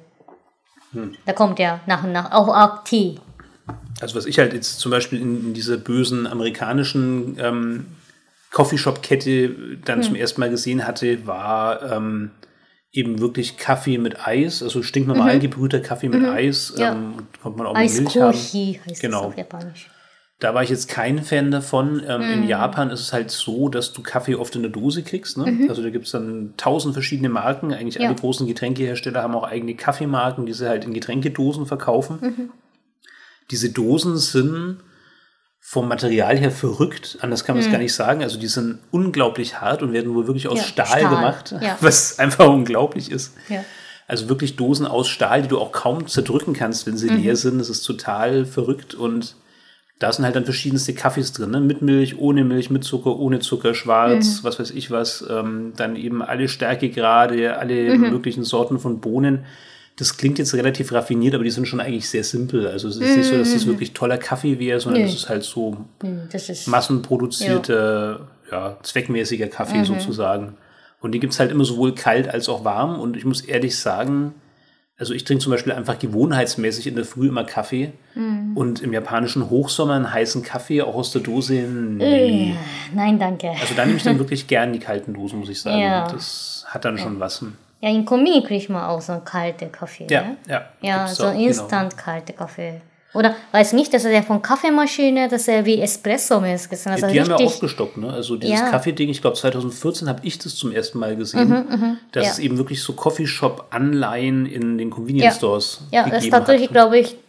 Da kommt ja nach und nach, auch Tee. Also was ich halt jetzt zum Beispiel in dieser bösen amerikanischen Coffeeshop-Kette dann zum ersten Mal gesehen hatte, war eben wirklich Kaffee mit Eis, also stinknormal gebrühter Kaffee mit Eis. Kommt man auch mit Milch haben. Eiskochi heißt Genau. es auf Japanisch. Da war ich jetzt kein Fan davon. In Japan ist es halt so, dass du Kaffee oft in der Dose kriegst. Ne? Also da gibt es dann 1000 verschiedene Marken. Eigentlich alle großen Getränkehersteller haben auch eigene Kaffeemarken, die sie halt in Getränkedosen verkaufen. Diese Dosen sind vom Material her verrückt, anders kann man es gar nicht sagen. Also die sind unglaublich hart und werden wohl wirklich aus Stahl gemacht, was einfach unglaublich ist. Ja. Also wirklich Dosen aus Stahl, die du auch kaum zerdrücken kannst, wenn sie leer sind. Das ist total verrückt und da sind halt dann verschiedenste Kaffees drin, ne? Mit Milch, ohne Milch, mit Zucker, ohne Zucker, schwarz, was weiß ich was. Dann eben alle Stärkegrade, alle möglichen Sorten von Bohnen. Das klingt jetzt relativ raffiniert, aber die sind schon eigentlich sehr simpel. Also es ist nicht so, dass das wirklich toller Kaffee wäre, sondern es ist halt so Das ist massenproduzierter, zweckmäßiger Kaffee sozusagen. Und die gibt es halt immer sowohl kalt als auch warm. Und ich muss ehrlich sagen, also ich trinke zum Beispiel einfach gewohnheitsmäßig in der Früh immer Kaffee. Und im japanischen Hochsommer einen heißen Kaffee, auch aus der Dose, nee. Nein, danke. Also da nehme ich dann wirklich gern die kalten Dosen, muss ich sagen. Ja. Das hat dann schon was. Ja, in Konbini kriegt man auch so einen kalten Kaffee. Ne? Ja, Ja, so auch, instant kalte Kaffee. Oder weiß nicht, dass er ja von Kaffeemaschine, dass er wie Espresso-mäßig ist. Also die haben ja richtig, aufgestockt, ne? Also dieses Kaffeeding, ich glaube 2014 habe ich das zum ersten Mal gesehen, dass es eben wirklich so Coffeeshop-Anleihen in den Convenience Stores ja, das gegeben tatsächlich, hat. glaube ich,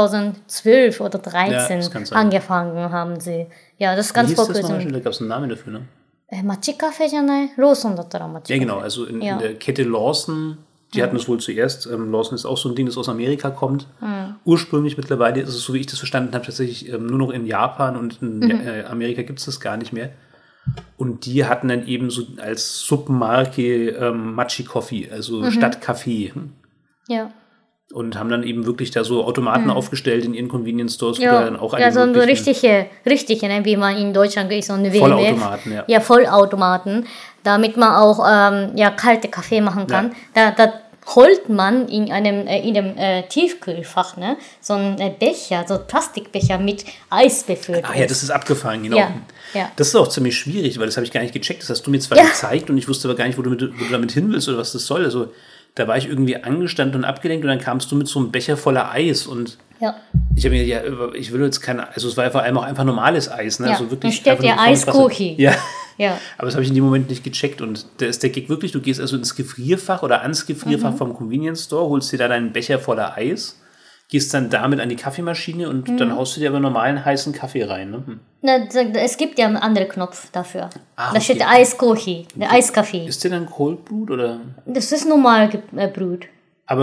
2012 oder Ja, 2013 das kann sein. angefangen haben sie. Ja, das ist ganz Wie vor hieß das nochmal? kurzem. Da gab es einen Namen dafür, ne? Machi-Kaffee じゃない? Lawson だったら Machi-Kaffee. Ja, genau. Also in der Kette Lawson, die hatten es wohl zuerst. Lawson ist auch so ein Ding, das aus Amerika kommt. Ursprünglich mittlerweile ist es, so wie ich das verstanden habe, tatsächlich nur noch in Japan und in Amerika gibt es das gar nicht mehr. Und die hatten dann eben so als Submarke Machi Coffee, also statt Kaffee. Ja. Und haben dann eben wirklich da so Automaten aufgestellt in ihren Convenience Stores, wo Ja, dann auch ja, so ein möglichen- richtige, ne, wie man in Deutschland kriegt, so eine Vollautomaten, ja. Ja, Vollautomaten, damit man auch kalte Kaffee machen kann. Da holt man in dem Tiefkühlfach, ne, so einen Becher, so einen Plastikbecher mit Eis befüllt. Ah ja, das ist abgefahren, genau. Ja. Das ist auch ziemlich schwierig, weil das habe ich gar nicht gecheckt. Das hast du mir zwar gezeigt und ich wusste aber gar nicht, wo du damit hin willst oder was das soll. Also Da war ich irgendwie angestanden und abgelenkt und dann kamst du mit so einem Becher voller Eis und ich habe mir gedacht, ja, ich will jetzt keine, also es war vor allem auch einfach normales Eis, ne? Ja, also wirklich dann steht ja Eiskochi. Ja. Ja. Aber das habe ich in dem Moment nicht gecheckt und da ist der Gig wirklich, du gehst also ins Gefrierfach oder ans Gefrierfach vom Convenience Store, holst dir da deinen Becher voller Eis, gehst dann damit an die Kaffeemaschine und dann haust du dir aber normalen heißen Kaffee rein. Ne? Na, es gibt ja einen anderen Knopf dafür. Ah, Da steht Eiskochi, der Eiskaffee. Ist der dann Cold Brewed oder? Das ist normal gebrüht. Aber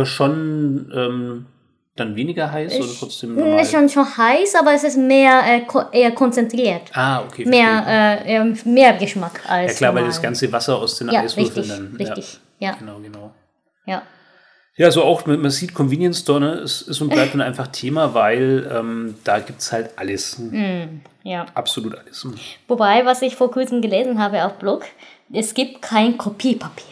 schon dann weniger heiß oder trotzdem normal? Schon heiß, aber es ist mehr eher konzentriert. Ah, okay. Mehr Geschmack als ja klar, normal. weil das ganze Wasser aus den Eiswürfeln dann. Richtig, ja. Genau. Ja. Ja, so auch, man sieht Convenience Store, ne, ist und bleibt dann einfach Thema, weil da gibt es halt alles. Ja. Absolut alles. Wobei, was ich vor kurzem gelesen habe auf Blog, es gibt kein Kopierpapier.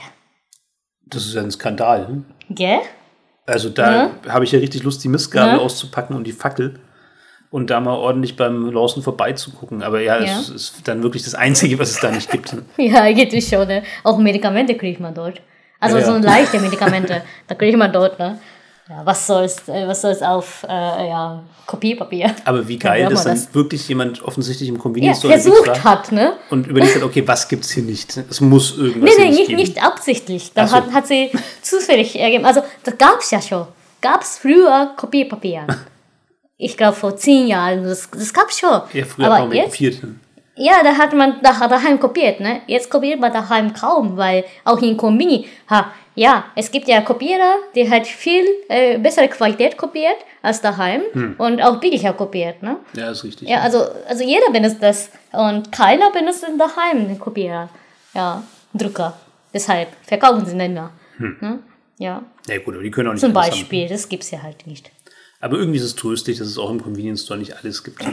Das ist ja ein Skandal. Hm? Gell? Also da habe ich ja richtig Lust, die Mistgabel auszupacken und die Fackel und da mal ordentlich beim Lawson vorbeizugucken. Aber es ist dann wirklich das Einzige, was es da nicht gibt. Ja, eigentlich schon. Ne? Auch Medikamente kriegt man dort. Also so leichte Medikamente, da kriegt man dort. Ne? Ja, was soll's auf Kopierpapier. Aber wie geil, dass dann wirklich jemand offensichtlich im Convenience Store versucht hat, ne? Und überlegt hat, okay, was gibt's hier nicht? Es muss irgendwas geben. Nicht absichtlich. Da hat sie zufällig ergeben. Also das gab's ja schon. Gab's früher Kopierpapier. Ich glaube vor 10 Jahren. Das gab's schon. Ja, früher haben wir kopiert. Ja, da hat man daheim kopiert, ne? Jetzt kopiert man daheim kaum, weil auch in Konbini, es gibt ja Kopierer, die halt viel bessere Qualität kopiert als daheim und auch billiger kopiert, ne? Ja, ist richtig. Ja, also jeder benutzt das und keiner benutzt daheim den Kopierer, Drucker. Deshalb verkaufen sie nicht mehr. Ne? Ja. Ja gut, aber die können auch nicht Zum Beispiel, das gibt's ja halt nicht. Aber irgendwie ist es tröstlich, dass es auch im Convenience Store nicht alles gibt.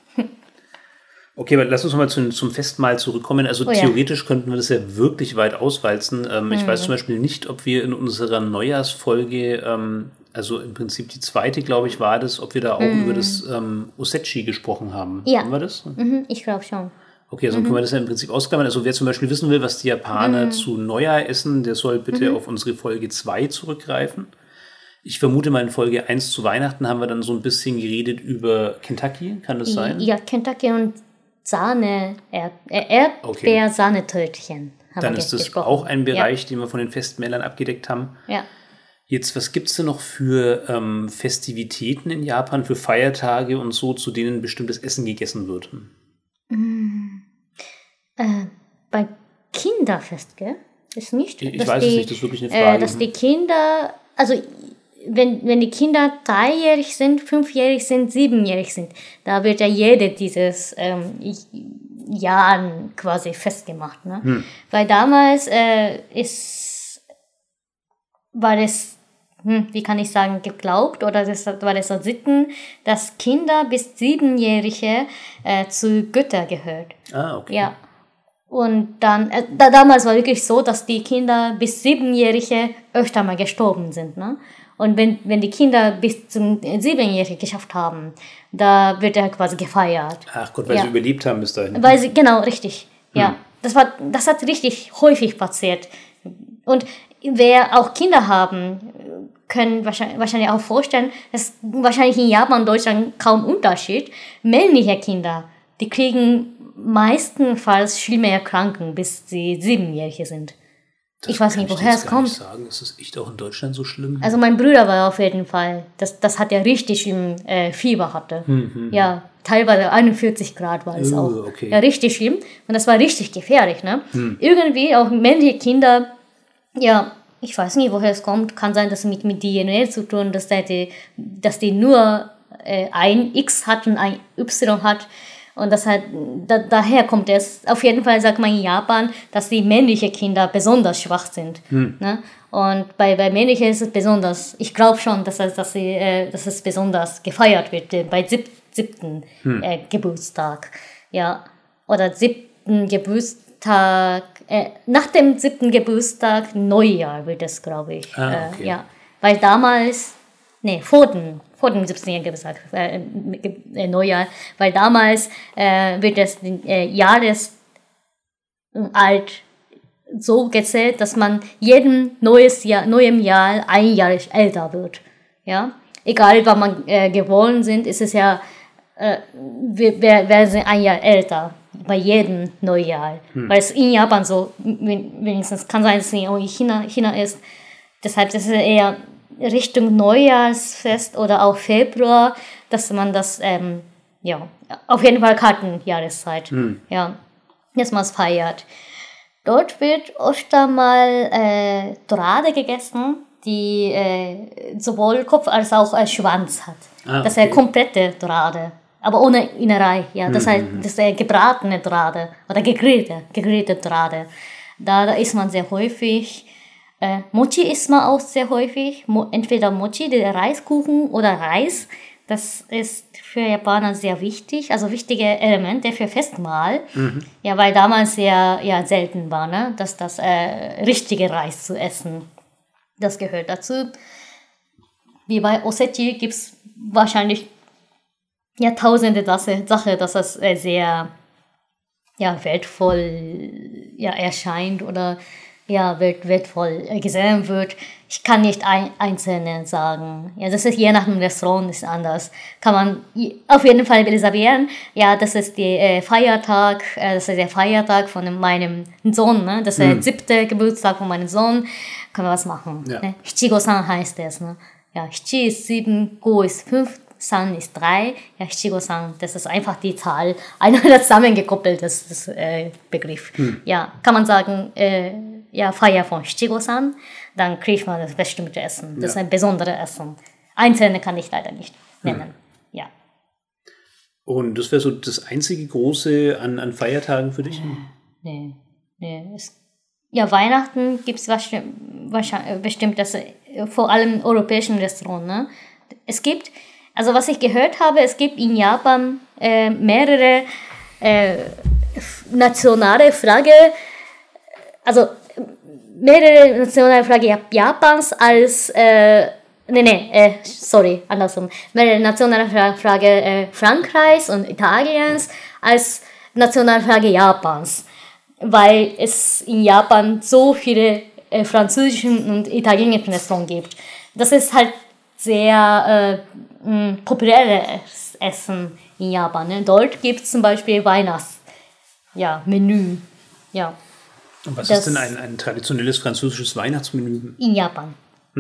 Okay, aber lass uns mal zum Festmahl zurückkommen. Also theoretisch könnten wir das ja wirklich weit auswalzen. Ich weiß zum Beispiel nicht, ob wir in unserer Neujahrsfolge, also im Prinzip die zweite, glaube ich, war das, ob wir da auch über das Osechi gesprochen haben. Ja. Haben wir das? Ich glaube schon. Okay, also können wir das ja im Prinzip ausklammern. Also wer zum Beispiel wissen will, was die Japaner zu Neujahr essen, der soll bitte auf unsere Folge 2 zurückgreifen. Ich vermute mal, in Folge 1 zu Weihnachten haben wir dann so ein bisschen geredet über Kentucky. Kann das sein? Ja, Kentucky und Sahne, Erdbeer-Sahnetörtchen. Dann ist das auch ein Bereich, den wir von den Festmählern abgedeckt haben. Ja. Jetzt, was gibt es denn noch für Festivitäten in Japan, für Feiertage und so, zu denen bestimmtes Essen gegessen wird? Bei Kinderfest, gell? Ist nicht? Ich weiß es nicht, das ist wirklich eine Frage. Dass die Kinder, also wenn die Kinder 3-jährig sind, 5-jährig sind, 7-jährig sind, da wird ja jede dieses Jahren quasi festgemacht. Ne? Weil damals war das, wie kann ich sagen, geglaubt oder war das so Sitten, dass Kinder bis 7-Jährige zu Götter gehört. Ah, okay. Ja. Und dann, damals war wirklich so, dass die Kinder bis 7-Jährige öfter mal gestorben sind. Ne? Und wenn die Kinder bis zum 7-Jährigen geschafft haben, da wird er quasi gefeiert. Ach Gott, weil sie überlebt haben bis dahin. Weil sie, genau, richtig. Ja, das hat richtig häufig passiert. Und wer auch Kinder haben, können wahrscheinlich auch vorstellen, dass wahrscheinlich in Japan und Deutschland kaum Unterschied. Männliche Kinder, die kriegen meistenfalls schlimme Erkrankungen, bis sie 7-Jährige sind. Ich weiß nicht, woher es kommt. Sagen. Ist das echt auch in Deutschland so schlimm? Also mein Bruder war auf jeden Fall, das hat ja richtig schlimm Fieber hatte. Ja, teilweise 41 Grad war es auch. Okay. Ja, richtig schlimm. Und das war richtig gefährlich, ne? Irgendwie auch männliche Kinder, ja, ich weiß nicht, woher es kommt. Kann sein, dass mit DNA zu tun, dass die nur ein X hat und ein Y hat. Und das halt, daher kommt es. Auf jeden Fall sagt man in Japan, dass die männlichen Kinder besonders schwach sind. Ne? Und bei männlichen ist es besonders, ich glaube schon, dass es besonders gefeiert wird, bei 7. Geburtstag. Ja. Oder 7. Geburtstag, nach dem 7. Geburtstag, Neujahr wird es, glaube ich. Okay. Ja. Weil damals, vor dem 17. Geburtstag, Neujahr, weil damals wird das Jahresalt so gezählt, dass man jedem neuem Jahr ein Jahr älter wird. Ja? Egal, wann man geboren sind, ist es ja, wir sind ein Jahr älter bei jedem Neujahr. Weil es in Japan so, wenigstens kann sein, dass es auch in China ist. Deshalb ist es eher Richtung Neujahrsfest oder auch Februar, dass man das, auf jeden Fall Kartenjahreszeit, dass man es feiert. Dort wird oft einmal Dorade gegessen, die sowohl Kopf als auch Schwanz hat. Das ist komplette Dorade, aber ohne Innerei. Ja, das ist gebratene Dorade oder gegrillte Dorade. Da isst man sehr häufig. Mochi isst man auch sehr häufig. Entweder Mochi, der Reiskuchen, oder Reis. Das ist für Japaner sehr wichtig, also wichtige Elemente für Festmahl. Ja, weil damals sehr selten war, ne, dass das richtige Reis zu essen. Das gehört dazu. Wie bei Osechi gibt es wahrscheinlich tausende Sachen, dass das sehr wertvoll erscheint oder wertvoll gesehen wird. Ich kann nicht einzelne sagen. Ja, das ist je nach dem Restaurant ist anders. Kann man auf jeden Fall reservieren. Ja, das ist der Feiertag. Das ist der Feiertag von meinem Sohn. Ne? Das ist der 7. Geburtstag von meinem Sohn. Kann man was machen. Ja. Ne? Hichigo-san heißt es. Ne? Ja, Hichi ist 7, Go ist 5, San ist 3. Ja, Hichigo-san, das ist einfach die Zahl. Einander zusammengekoppelt, das Begriff. Ja, kann man sagen, Feier von Hichigo-san, dann kriegt man das bestimmte Essen. Das ist ein besonderes Essen. Einzelne kann ich leider nicht nennen. Ja. Und das wäre so das einzige große an Feiertagen für dich? Nee. Weihnachten gibt es bestimmt das, vor allem europäischen Restaurants. Ne? Es gibt, also was ich gehört habe, es gibt in Japan mehrere nationale Flagge, also mehrere nationale Flagge Japans als andersrum. Mehrere nationale Flagge Frankreichs und Italiens als Nationalflagge Japans, weil es in Japan so viele französischen und italienischen Restaurants gibt. Das ist halt sehr populäres Essen in Japan. Ne? Dort gibt es zum Beispiel Menü. Ja. Und was ist denn ein traditionelles französisches Weihnachtsmenü? In Japan.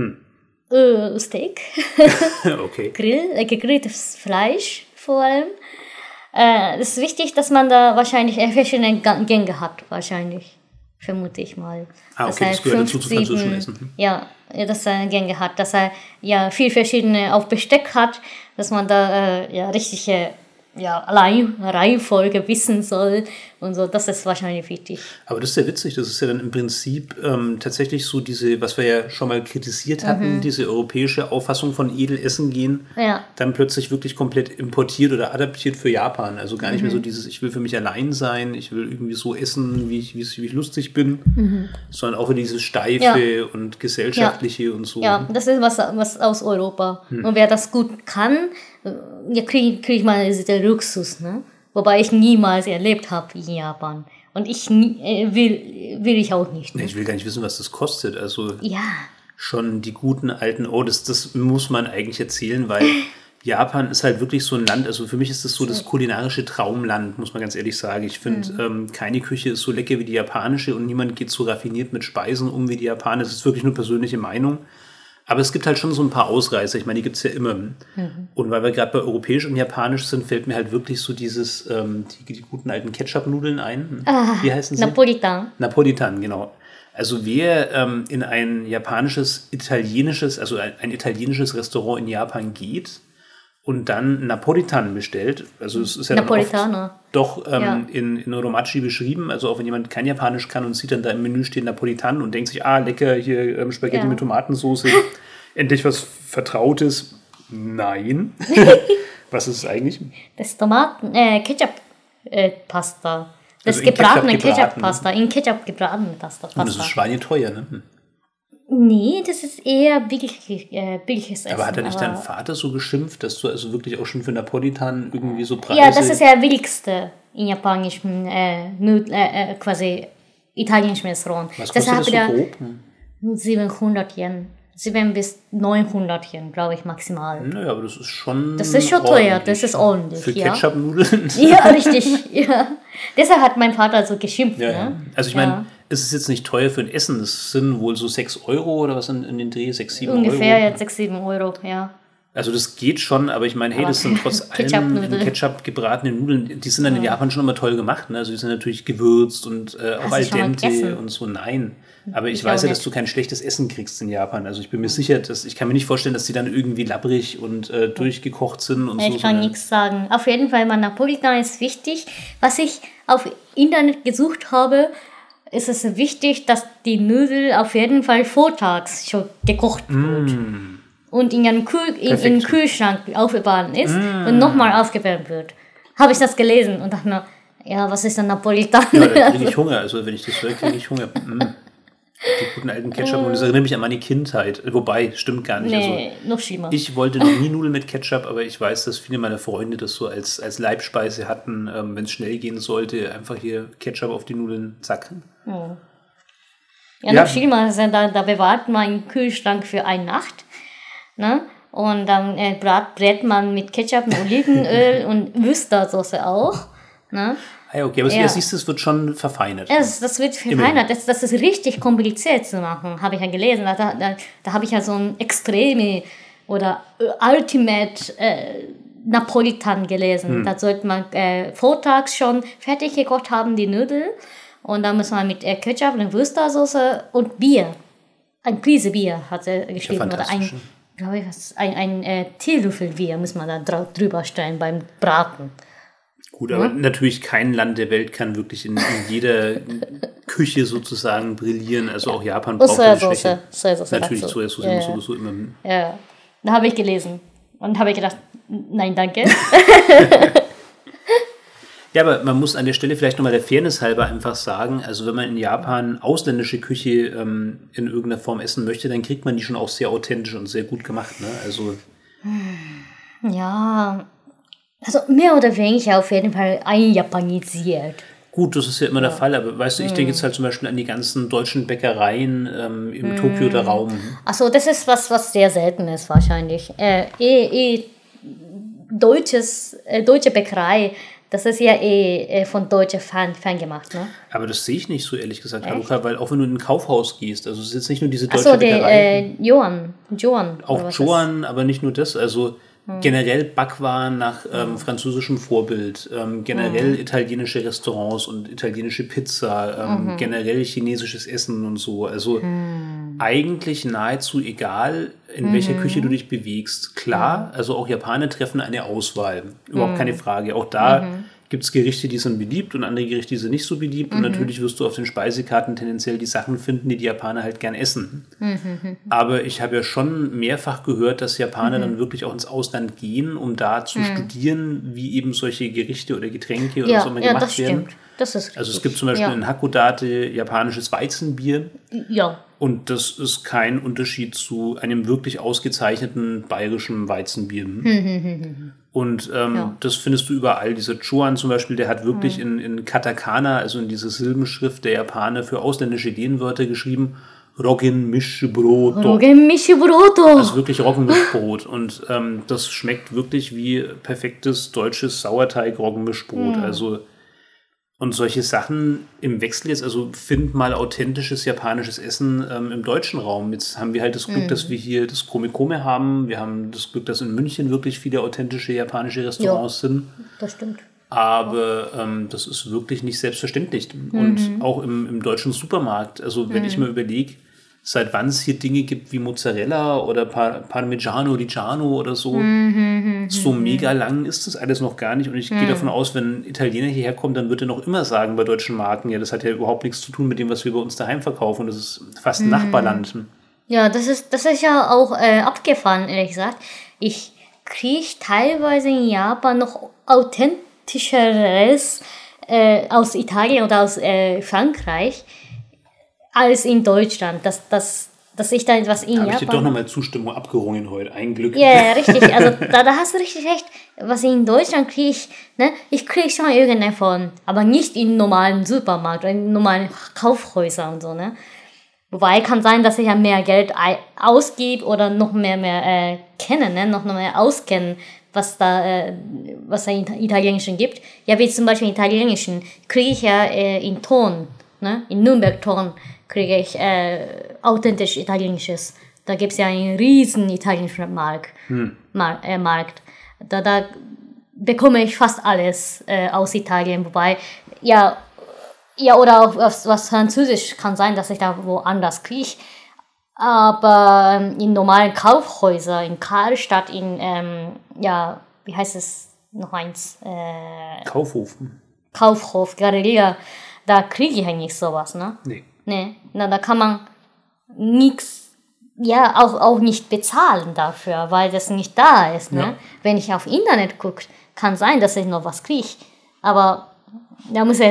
Steak. Okay. Gegrilltes Fleisch vor allem. Es ist wichtig, dass man da wahrscheinlich verschiedene Gänge hat, wahrscheinlich. Vermute ich mal. Das gehört dazu zu französischen Essen. Ja, dass er Gänge hat, dass er viel verschiedene auf Besteck hat, dass man da richtige Reihenfolge wissen soll und so, das ist wahrscheinlich wichtig. Aber das ist ja witzig, das ist ja dann im Prinzip tatsächlich so diese, was wir ja schon mal kritisiert hatten, diese europäische Auffassung von Edelessen gehen, dann plötzlich wirklich komplett importiert oder adaptiert für Japan. Also gar nicht mehr so dieses, ich will für mich allein sein, ich will irgendwie so essen, wie ich lustig bin, sondern auch dieses Steife und Gesellschaftliche und so. Ja, das ist was aus Europa. Und wer das gut kann, kriegt man diesen Luxus, ne? Wobei ich niemals erlebt habe in Japan. Und ich will ich auch nicht. Ne? Ich will gar nicht wissen, was das kostet. Also schon die guten alten, das muss man eigentlich erzählen, weil Japan ist halt wirklich so ein Land, also für mich ist das so das kulinarische Traumland, muss man ganz ehrlich sagen. Ich finde, keine Küche ist so lecker wie die japanische und niemand geht so raffiniert mit Speisen um wie die Japaner. Das ist wirklich nur persönliche Meinung. Aber es gibt halt schon so ein paar Ausreißer. Ich meine, die gibt es ja immer. Und weil wir gerade bei europäisch und japanisch sind, fällt mir halt wirklich so dieses, die guten alten Ketchup-Nudeln ein. Wie heißen sie? Napolitan, genau. Also wer in ein italienisches Restaurant in Japan geht und dann Napolitan bestellt, also es ist ja doch in Oromachi beschrieben, also auch wenn jemand kein Japanisch kann und sieht dann da im Menü stehen Napolitan und denkt sich, lecker, hier Spaghetti mit Tomatensauce, endlich was Vertrautes. Nein. Was ist es eigentlich? Das ist Ketchup-Pasta. Das also gebratene Ketchup-Pasta, in Ketchup gebratene Pasta. Und das ist schweineteuer, ne? Nee, das ist eher billiges Essen. Aber hat nicht dein Vater so geschimpft, dass du also wirklich auch schon für Napolitan irgendwie so Preise... Ja, das ist ja billigste in japanischen quasi italienischen Restaurant. Was kostet das so grob? 700 Yen. 700 bis 900 Yen, glaube ich, maximal. Naja, aber das ist schon teuer, das ist ordentlich. Für Ketchup-Nudeln? Ja, richtig, ja. Deshalb hat mein Vater so geschimpft. Ja, ne? ja. Also ich meine, es ist jetzt nicht teuer für ein Essen, das sind wohl so 6 Euro oder was in den Dreh, 6, 7 Ungefähr Euro. jetzt 6, 7 Euro, ja. Also das geht schon, aber ich meine, hey, das sind trotz allem in Ketchup gebratene Nudeln, die sind dann in Japan schon immer toll gemacht, ne? Also die sind natürlich gewürzt und auch al dente und so, nein. Aber ich weiß ja, dass du kein schlechtes Essen kriegst in Japan. Also ich bin mir sicher, ich kann mir nicht vorstellen, dass die dann irgendwie labbrig und durchgekocht sind und so. Ich kann nichts sagen. Auf jeden Fall, mein Napolitan ist wichtig. Was ich auf Internet gesucht habe, ist es wichtig, dass die Nudeln auf jeden Fall vortags schon gekocht wird. Und in einem Kühlschrank aufbewahren ist und nochmal aufgewärmt wird. Habe ich das gelesen und dachte mir, ja, was ist denn Napolitan? Ja, da kriege ich Hunger. Also wenn ich das höre, kriege ich Hunger. Die guten alten Ketchup, und das erinnert mich an meine Kindheit. Wobei, stimmt gar nicht. Nee, noch schlimmer. Ich wollte noch nie Nudeln mit Ketchup, aber ich weiß, dass viele meiner Freunde das so als Leibspeise hatten, wenn es schnell gehen sollte, einfach hier Ketchup auf die Nudeln, zack. Ja, noch schlimmer, da bewahrt man im Kühlschrank für eine Nacht. Ne? Und dann brät man mit Ketchup und Olivenöl und Worcestersoße auch. Ne? Ah, okay, aber siehst du, es wird schon verfeinert. Das wird verfeinert. Das ist richtig kompliziert zu machen, habe ich ja gelesen. Da habe ich ja so ein Extreme oder Ultimate Napolitan gelesen. Da sollte man vortags schon fertig gekocht haben, die Nudeln. Und dann muss man mit Ketchup und Worcestersoße und Bier. Ein Prise Bier hat er geschrieben. Ja, oder ein Teelöffel Bier muss man da drüber stellen beim Braten. Gut, aber natürlich kein Land der Welt kann wirklich in jeder Küche sozusagen brillieren. Also auch Japan braucht eine Schwäche. Natürlich Sojasauce sowieso immer. Ja, da habe ich gelesen und habe ich gedacht, nein, danke. Ja, aber man muss an der Stelle vielleicht nochmal der Fairness halber einfach sagen, also wenn man in Japan ausländische Küche in irgendeiner Form essen möchte, dann kriegt man die schon auch sehr authentisch und sehr gut gemacht, ne? Also ja, also mehr oder weniger auf jeden Fall einjapanisiert. Gut, das ist ja immer der Fall, aber weißt du, ich denke jetzt halt zum Beispiel an die ganzen deutschen Bäckereien im Tokioer Raum. Achso, das ist was sehr selten ist wahrscheinlich. Deutsche Bäckerei, das ist ja von deutschen Fan gemacht, ne? Aber das sehe ich nicht so, ehrlich gesagt, Haruka, weil auch wenn du in ein Kaufhaus gehst, also es ist jetzt nicht nur diese deutsche Bäckerei. Joan. Auch Joan, aber nicht nur das, also generell Backwaren nach französischem Vorbild, generell italienische Restaurants und italienische Pizza, generell chinesisches Essen und so. Also eigentlich nahezu egal, in welcher Küche du dich bewegst. Klar, also auch Japaner treffen eine Auswahl. Überhaupt keine Frage. Auch da gibt es Gerichte, die sind beliebt und andere Gerichte, die sind nicht so beliebt. Und natürlich wirst du auf den Speisekarten tendenziell die Sachen finden, die Japaner halt gern essen. Aber ich habe ja schon mehrfach gehört, dass Japaner dann wirklich auch ins Ausland gehen, um da zu studieren, wie eben solche Gerichte oder Getränke oder so immer gemacht werden. Das ist also es gibt zum Beispiel in Hakodate japanisches Weizenbier. Ja. Und das ist kein Unterschied zu einem wirklich ausgezeichneten bayerischen Weizenbier. Und das findest du überall. Dieser Chuan zum Beispiel, der hat wirklich in Katakana, also in diese Silbenschrift der Japaner für ausländische Ideenwörter geschrieben, Roggenmischbroto. Also wirklich Roggenmischbrot. Und das schmeckt wirklich wie perfektes deutsches Sauerteig-Roggenmischbrot. Also und solche Sachen im Wechsel jetzt, also find mal authentisches japanisches Essen im deutschen Raum. Jetzt haben wir halt das Glück, dass wir hier das Komekome haben. Wir haben das Glück, dass in München wirklich viele authentische japanische Restaurants sind. Das stimmt. Aber das ist wirklich nicht selbstverständlich. Und auch im deutschen Supermarkt, also wenn ich mir überlege, seit wann es hier Dinge gibt wie Mozzarella oder Parmigiano Reggiano oder so. So mega lang ist das alles noch gar nicht. Und ich gehe davon aus, wenn ein Italiener hierher kommt, dann wird er noch immer sagen bei deutschen Marken, ja, das hat ja überhaupt nichts zu tun mit dem, was wir bei uns daheim verkaufen. Das ist fast ein Nachbarland. Ja, das ist ja auch abgefahren, ehrlich gesagt. Ich kriege teilweise in Japan noch authentischeres aus Italien oder aus Frankreich als in Deutschland. Das dass ich da etwas in Da habe Japan... ich dir doch nochmal Zustimmung abgerungen heute. Ein Glück. Ja, richtig. Also da hast du richtig recht. Was in Deutschland kriege ich, ne? Ich kriege schon irgendeine von, aber nicht in normalen Supermarkt oder in normalen Kaufhäusern und so, ne? Wobei kann sein, dass ich ja mehr Geld ausgebe oder noch mehr kennen, ne? Noch mehr auskennen, was da in Italienischen gibt. Ja, wie zum Beispiel in Italienischen kriege ich ja in Thon, ne? In Nürnberg-Thon kriege ich authentisch Italienisches. Da gibt es ja einen riesen italienischen Markt. Da bekomme ich fast alles aus Italien. Wobei, ja, oder auch was Französisch kann sein, dass ich da woanders kriege. Aber in normalen Kaufhäusern, in Karlstadt, wie heißt es noch eins? Kaufhof, Galeria, da kriege ich eigentlich sowas, ne? Nee. Na, da kann man nichts, ja, auch nicht bezahlen dafür, weil das nicht da ist, ne? Ja. Wenn ich auf Internet gucke, kann sein, dass ich noch was kriege. Aber da muss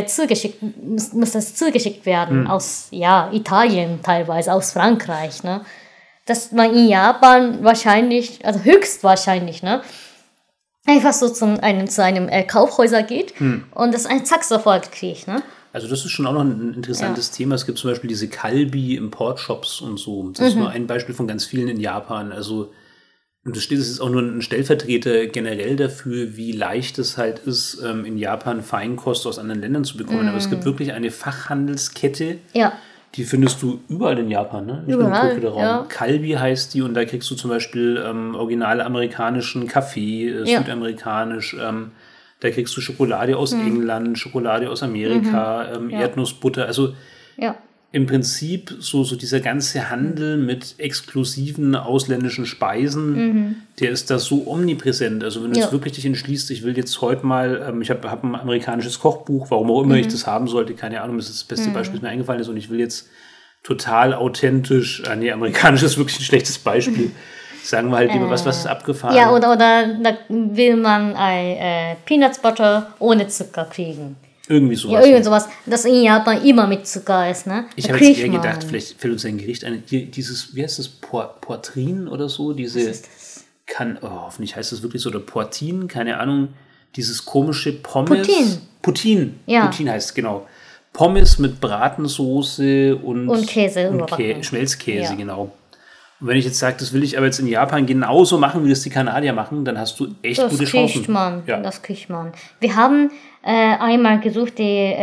das zugeschickt werden aus Italien teilweise, aus Frankreich, ne? Dass man in Japan wahrscheinlich, also höchstwahrscheinlich, ne? Einfach so zu einem Kaufhäuser geht und das zack sofort kriegt, ne? Also das ist schon auch noch ein interessantes Thema. Es gibt zum Beispiel diese Kalbi-Importshops und so. Das ist nur ein Beispiel von ganz vielen in Japan. Also und es ist auch nur ein Stellvertreter generell dafür, wie leicht es halt ist, in Japan Feinkost aus anderen Ländern zu bekommen. Aber es gibt wirklich eine Fachhandelskette, die findest du überall in Japan, ne? Nicht überall, nur im Tokio-Raum. Ja. Kalbi heißt die und da kriegst du zum Beispiel original amerikanischen Kaffee, südamerikanisch, da kriegst du Schokolade aus England, Schokolade aus Amerika, Erdnussbutter, also im Prinzip so dieser ganze Handel mit exklusiven ausländischen Speisen, der ist da so omnipräsent. Also wenn du jetzt wirklich dich entschließt, ich will jetzt heute mal, ich hab ein amerikanisches Kochbuch, warum auch immer ich das haben sollte, keine Ahnung, das ist das beste Beispiel, das mir eingefallen ist und ich will jetzt total authentisch, amerikanisch ist wirklich ein schlechtes Beispiel, sagen wir halt lieber was ist abgefahren. Ja, oder da will man ein Peanuts Butter ohne Zucker kriegen. Irgendwie sowas. Ja, irgend sowas, das in Japan immer mit Zucker ist, ne? Ich habe jetzt eher gedacht, vielleicht fällt uns ein Gericht ein. Hier dieses, wie heißt das, Poitrine oder so? Was ist das? Hoffentlich heißt das wirklich so, oder Poitin, keine Ahnung. Dieses komische Pommes. Poutine. Ja. Poutine heißt es, genau. Pommes mit Bratensoße und Käse. Und Schmelzkäse, genau. Und wenn ich jetzt sage, das will ich aber jetzt in Japan genauso machen, wie das die Kanadier machen, dann hast du echt gute Chancen. Das kriegt man. Wir haben einmal gesucht, die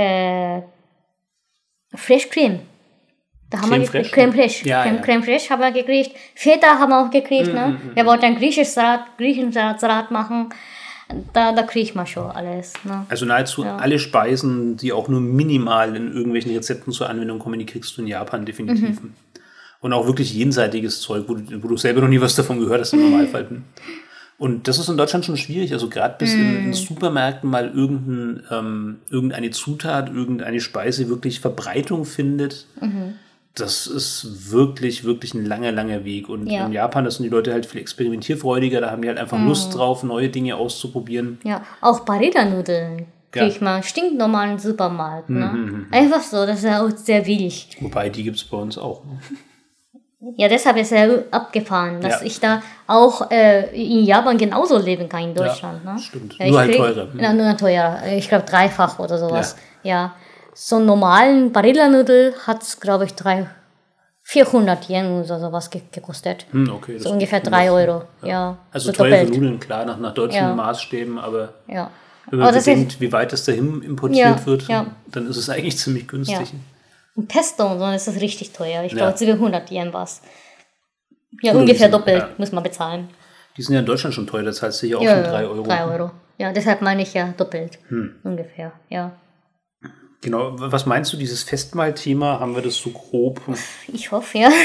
Fresh Cream. Da haben wir Creme Fraiche. Creme Fraiche haben wir gekriegt. Feta haben wir auch gekriegt. Ne? Wir wollten einen Griechensalat machen. Da kriegt man schon alles. Ne? Also nahezu alle Speisen, die auch nur minimal in irgendwelchen Rezepten zur Anwendung kommen, die kriegst du in Japan definitiv. Und auch wirklich jenseitiges Zeug, wo du selber noch nie was davon gehört hast im Normalfall. Und das ist in Deutschland schon schwierig. Also gerade bis in Supermärkten mal irgendeine Zutat, irgendeine Speise wirklich Verbreitung findet, das ist wirklich, wirklich ein langer, langer Weg. Und in Japan, das sind die Leute halt viel experimentierfreudiger, da haben die halt einfach Lust drauf, neue Dinge auszuprobieren. Ja, auch Barilla-Nudeln kriegt man stinknormalen Supermarkt. Ne? Einfach so, das ist ja auch sehr billig. Wobei, die gibt es bei uns auch. Ja, deshalb ist es sehr abgefahren, dass ich da auch in Japan genauso leben kann in Deutschland. Ja, ne? Stimmt. Ja, nur halt teurer. Ja, nur teurer. Ich glaube 3-fach oder sowas. Ja. So einen normalen Barilla-Nudel hat es, glaube ich, 400 Yen oder sowas gekostet. Okay, so ungefähr 3 Euro. Ja. Also so teure Nudeln, klar, nach deutschen Maßstäben, aber wenn man bedenkt, wie weit das dahin importiert wird, dann ist es eigentlich ziemlich günstig. Ja. Und Pesto und so, das ist richtig teuer. Ich glaube, 700 Yen war es. Ja, ungefähr doppelt muss man bezahlen. Die sind ja in Deutschland schon teuer, das zahlst du hier auch schon 3 Euro. 3 Euro. Ja, deshalb meine ich ja doppelt. Ungefähr, ja. Genau, was meinst du, dieses Festmahl-Thema, haben wir das so grob? Ich hoffe, ja.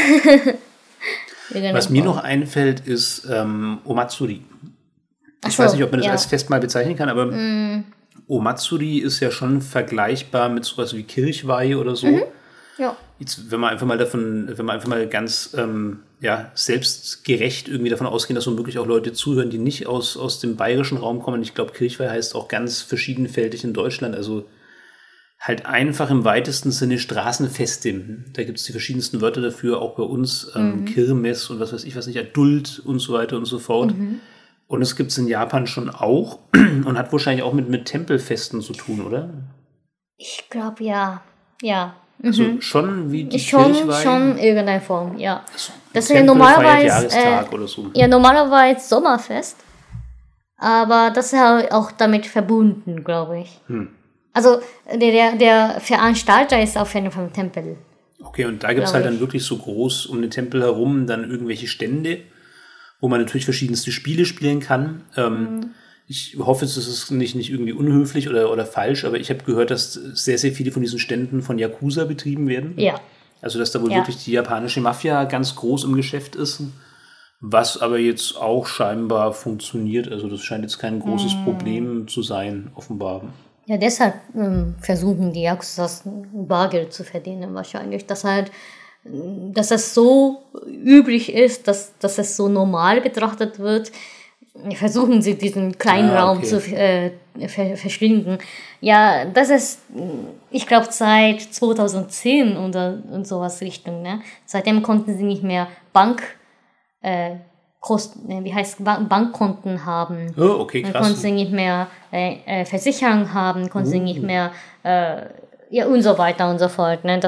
Was mir noch einfällt, ist Omatsuri. Ich weiß nicht, ob man das als Festmahl bezeichnen kann, aber Omatsuri ist ja schon vergleichbar mit sowas wie Kirchweih oder so. Ja. Jetzt, wenn wir einfach mal ganz selbstgerecht irgendwie davon ausgehen, dass so wirklich auch Leute zuhören, die nicht aus dem bayerischen Raum kommen. Ich glaube, Kirchweih heißt auch ganz verschiedenfältig in Deutschland. Also halt einfach im weitesten Sinne Straßenfeste. Da gibt es die verschiedensten Wörter dafür, auch bei uns, Kirmes und was weiß ich, was nicht, Adult und so weiter und so fort. Und es gibt es in Japan schon auch und hat wahrscheinlich auch mit Tempelfesten zu tun, oder? Ich glaube, ja. Ja. Also schon wie die Schon in irgendeiner Form, ja. Das ist ja normalerweise Jahrestag oder so. Ja, normalerweise Sommerfest. Aber das ist halt auch damit verbunden, glaube ich. Also der Veranstalter ist auf jeden Fall ein Tempel. Okay, und da gibt es halt dann wirklich so groß um den Tempel herum dann irgendwelche Stände, wo man natürlich verschiedenste Spiele spielen kann. Ich hoffe, es ist nicht irgendwie unhöflich oder falsch, aber ich habe gehört, dass sehr, sehr viele von diesen Ständen von Yakuza betrieben werden. Ja. Also, dass da wohl wirklich die japanische Mafia ganz groß im Geschäft ist, was aber jetzt auch scheinbar funktioniert. Also, das scheint jetzt kein großes Problem zu sein, offenbar. Ja, deshalb versuchen die Yakuzas Bargeld zu verdienen wahrscheinlich. Dass es so üblich ist, dass es so normal betrachtet wird, versuchen sie diesen kleinen Raum zu verschwinden. Ja, das ist, ich glaube, seit 2010 und sowas Richtung. Ne? Seitdem konnten sie nicht mehr Bankkonten haben. Oh, okay, krass. Konnten sie nicht mehr Versicherung haben, konnten sie nicht mehr und so weiter und so fort. Ne?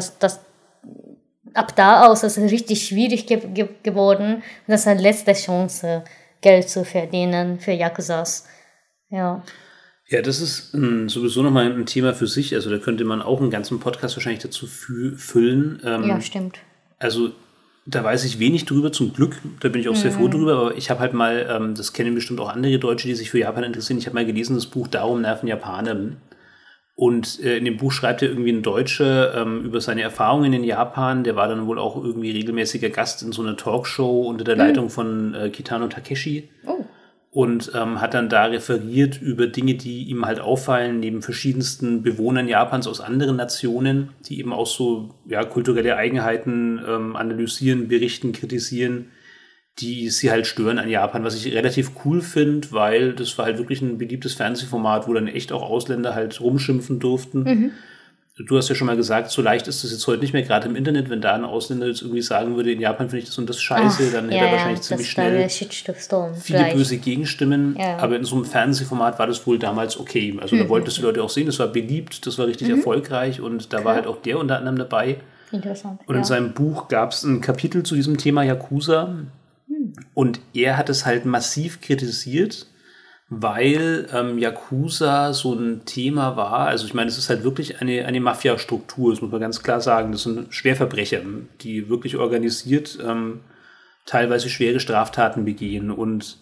Ab da aus ist es richtig schwierig geworden. Das ist eine letzte Chance, Geld zu verdienen für Yakuzas. Ja. Ja, das ist sowieso nochmal ein Thema für sich. Also da könnte man auch einen ganzen Podcast wahrscheinlich dazu füllen. Ja, stimmt. Also da weiß ich wenig drüber, zum Glück. Da bin ich auch sehr froh drüber. Aber ich habe halt mal, das kennen bestimmt auch andere Deutsche, die sich für Japan interessieren. Ich habe mal gelesen, das Buch Darum nerven Japaner. Und in dem Buch schreibt er irgendwie ein Deutscher über seine Erfahrungen in Japan. Der war dann wohl auch irgendwie regelmäßiger Gast in so einer Talkshow unter der Leitung von Kitano Takeshi. Oh. Und hat dann da referiert über Dinge, die ihm halt auffallen, neben verschiedensten Bewohnern Japans aus anderen Nationen, die eben auch so kulturelle Eigenheiten analysieren, berichten, kritisieren, die sie halt stören an Japan, was ich relativ cool finde, weil das war halt wirklich ein beliebtes Fernsehformat, wo dann echt auch Ausländer halt rumschimpfen durften. Du hast ja schon mal gesagt, so leicht ist das jetzt heute nicht mehr, gerade im Internet, wenn da ein Ausländer jetzt irgendwie sagen würde, in Japan finde ich das und das scheiße, dann hätte er wahrscheinlich ziemlich schnell viele böse Gegenstimmen. Ja. Aber in so einem Fernsehformat war das wohl damals okay. Also da wollten das die Leute auch sehen, das war beliebt, das war richtig erfolgreich und da war halt auch der unter anderem dabei. Interessant. Und in seinem Buch gab es ein Kapitel zu diesem Thema Yakuza und er hat es halt massiv kritisiert, weil Yakuza so ein Thema war. Also ich meine, es ist halt wirklich eine Mafia-Struktur, das muss man ganz klar sagen. Das sind Schwerverbrecher, die wirklich organisiert teilweise schwere Straftaten begehen. Und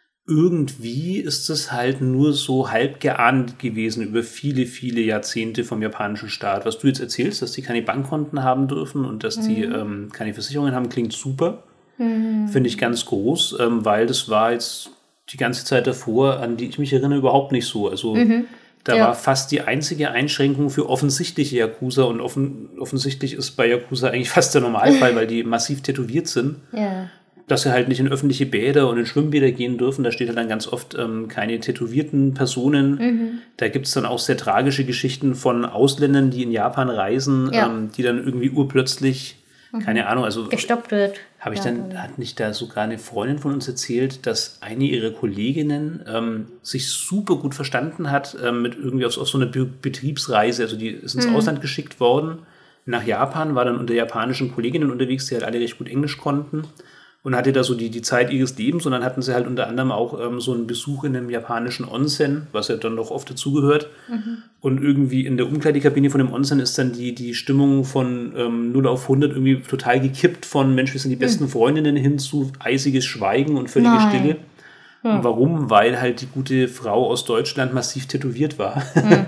irgendwie ist es halt nur so halb geahnt gewesen über viele, viele Jahrzehnte vom japanischen Staat. Was du jetzt erzählst, dass die keine Bankkonten haben dürfen und dass die keine Versicherungen haben, klingt super. Finde ich ganz groß, weil das war jetzt die ganze Zeit davor, an die ich mich erinnere, überhaupt nicht so. Also da war fast die einzige Einschränkung für offensichtliche Yakuza und offensichtlich ist bei Yakuza eigentlich fast der Normalfall, weil die massiv tätowiert sind, dass sie halt nicht in öffentliche Bäder und in Schwimmbäder gehen dürfen. Da steht halt dann ganz oft keine tätowierten Personen. Da gibt es dann auch sehr tragische Geschichten von Ausländern, die in Japan reisen, die dann irgendwie urplötzlich keine Ahnung, also gestoppt wird. Hat nicht da sogar eine Freundin von uns erzählt, dass eine ihrer Kolleginnen sich super gut verstanden hat mit irgendwie auf so einer Betriebsreise. Also die ist ins Ausland geschickt worden, nach Japan, war dann unter japanischen Kolleginnen unterwegs, die halt alle recht gut Englisch konnten und hatte da so die Zeit ihres Lebens und dann hatten sie halt unter anderem auch so einen Besuch in einem japanischen Onsen, was ja dann doch oft dazugehört. Und irgendwie in der Umkleidekabine von dem Onsen ist dann die Stimmung von 0 auf 100 irgendwie total gekippt von Mensch, wir sind die besten Freundinnen hin zu eisiges Schweigen und völlige Stille. Und warum? Weil halt die gute Frau aus Deutschland massiv tätowiert war.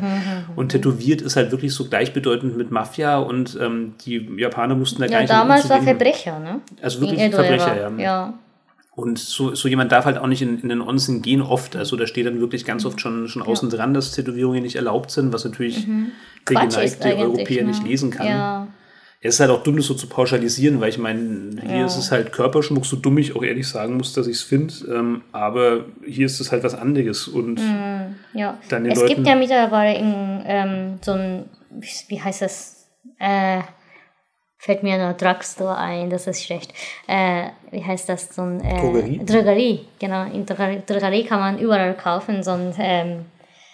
Und tätowiert ist halt wirklich so gleichbedeutend mit Mafia und die Japaner mussten da gar nicht damals war Verbrecher, ne? Also wirklich Verbrecher, ja. Und so jemand darf halt auch nicht in den Onsen gehen oft. Also da steht dann wirklich ganz oft schon außen dran, dass Tätowierungen nicht erlaubt sind, was natürlich der geneigte Europäer nicht lesen kann. Ja. Es ist halt auch dumm, das so zu pauschalisieren, weil ich meine, hier ist es halt Körperschmuck, so dumm ich auch ehrlich sagen muss, dass ich es finde. Aber hier ist es halt was anderes. Und dann den Leuten gibt ja mittlerweile so ein wie heißt das? Fällt mir nur Drugstore ein, das ist schlecht. Wie heißt das? So ein, Drogerie, genau. In Drogerie kann man überall kaufen, so ein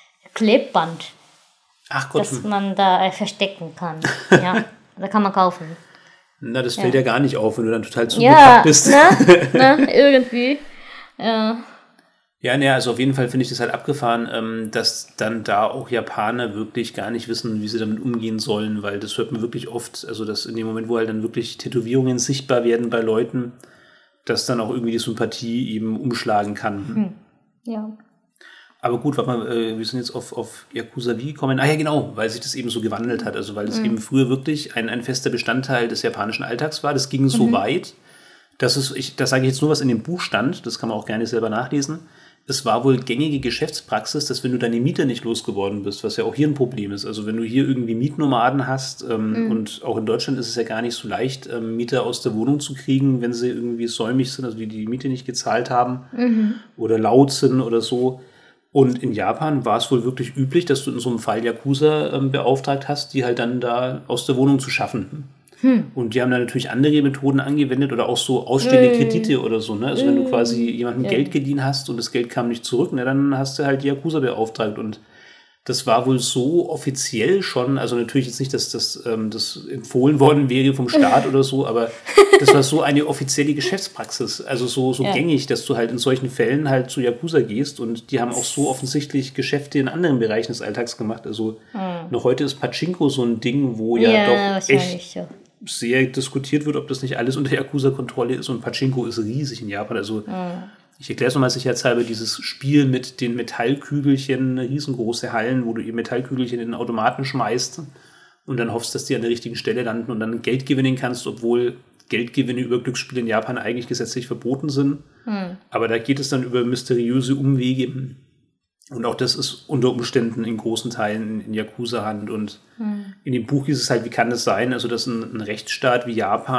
Klebband. Ach Gott. Das man da verstecken kann. Ja, da kann man kaufen. Na, das fällt ja gar nicht auf, wenn du dann total zugepackt bist. Irgendwie. Ja. Ja, ne, also auf jeden Fall finde ich das halt abgefahren, dass dann da auch Japaner wirklich gar nicht wissen, wie sie damit umgehen sollen, weil das hört man wirklich oft, also dass in dem Moment, wo halt dann wirklich Tätowierungen sichtbar werden bei Leuten, dass dann auch irgendwie die Sympathie eben umschlagen kann. Ja. Aber gut, warte mal, wir sind jetzt auf Yakuza wie gekommen. Ah ja, genau, weil sich das eben so gewandelt hat, also weil es eben früher wirklich ein fester Bestandteil des japanischen Alltags war. Das ging so weit, dass das sage ich jetzt nur, was in dem Buch stand, das kann man auch gerne selber nachlesen. Es war wohl gängige Geschäftspraxis, dass wenn du deine Mieter nicht losgeworden bist, was ja auch hier ein Problem ist, also wenn du hier irgendwie Mietnomaden hast und auch in Deutschland ist es ja gar nicht so leicht, Mieter aus der Wohnung zu kriegen, wenn sie irgendwie säumig sind, also die Miete nicht gezahlt haben oder laut sind oder so. Und in Japan war es wohl wirklich üblich, dass du in so einem Fall Yakuza beauftragt hast, die halt dann da aus der Wohnung zu schaffen. Und die haben dann natürlich andere Methoden angewendet oder auch so ausstehende Kredite oder so. Ne? Also wenn du quasi jemandem Geld geliehen hast und das Geld kam nicht zurück, ne, dann hast du halt die Yakuza beauftragt. Und das war wohl so offiziell schon, also natürlich jetzt nicht, dass das empfohlen worden wäre vom Staat oder so, aber das war so eine offizielle Geschäftspraxis, also so gängig, dass du halt in solchen Fällen halt zu Yakuza gehst und die haben auch so offensichtlich Geschäfte in anderen Bereichen des Alltags gemacht. Also noch heute ist Pachinko so ein Ding, wo doch echt sehr diskutiert wird, ob das nicht alles unter Yakuza-Kontrolle ist und Pachinko ist riesig in Japan, also ich erkläre es nochmal sicherheitshalber, dieses Spiel mit den Metallkügelchen, riesengroße Hallen, wo du eben Metallkügelchen in den Automaten schmeißt und dann hoffst, dass die an der richtigen Stelle landen und dann Geld gewinnen kannst, obwohl Geldgewinne über Glücksspiele in Japan eigentlich gesetzlich verboten sind. Aber da geht es dann über mysteriöse Umwege und auch das ist unter Umständen in großen Teilen in Yakuza-Hand und in dem Buch hieß es halt, wie kann das sein, also dass ein Rechtsstaat wie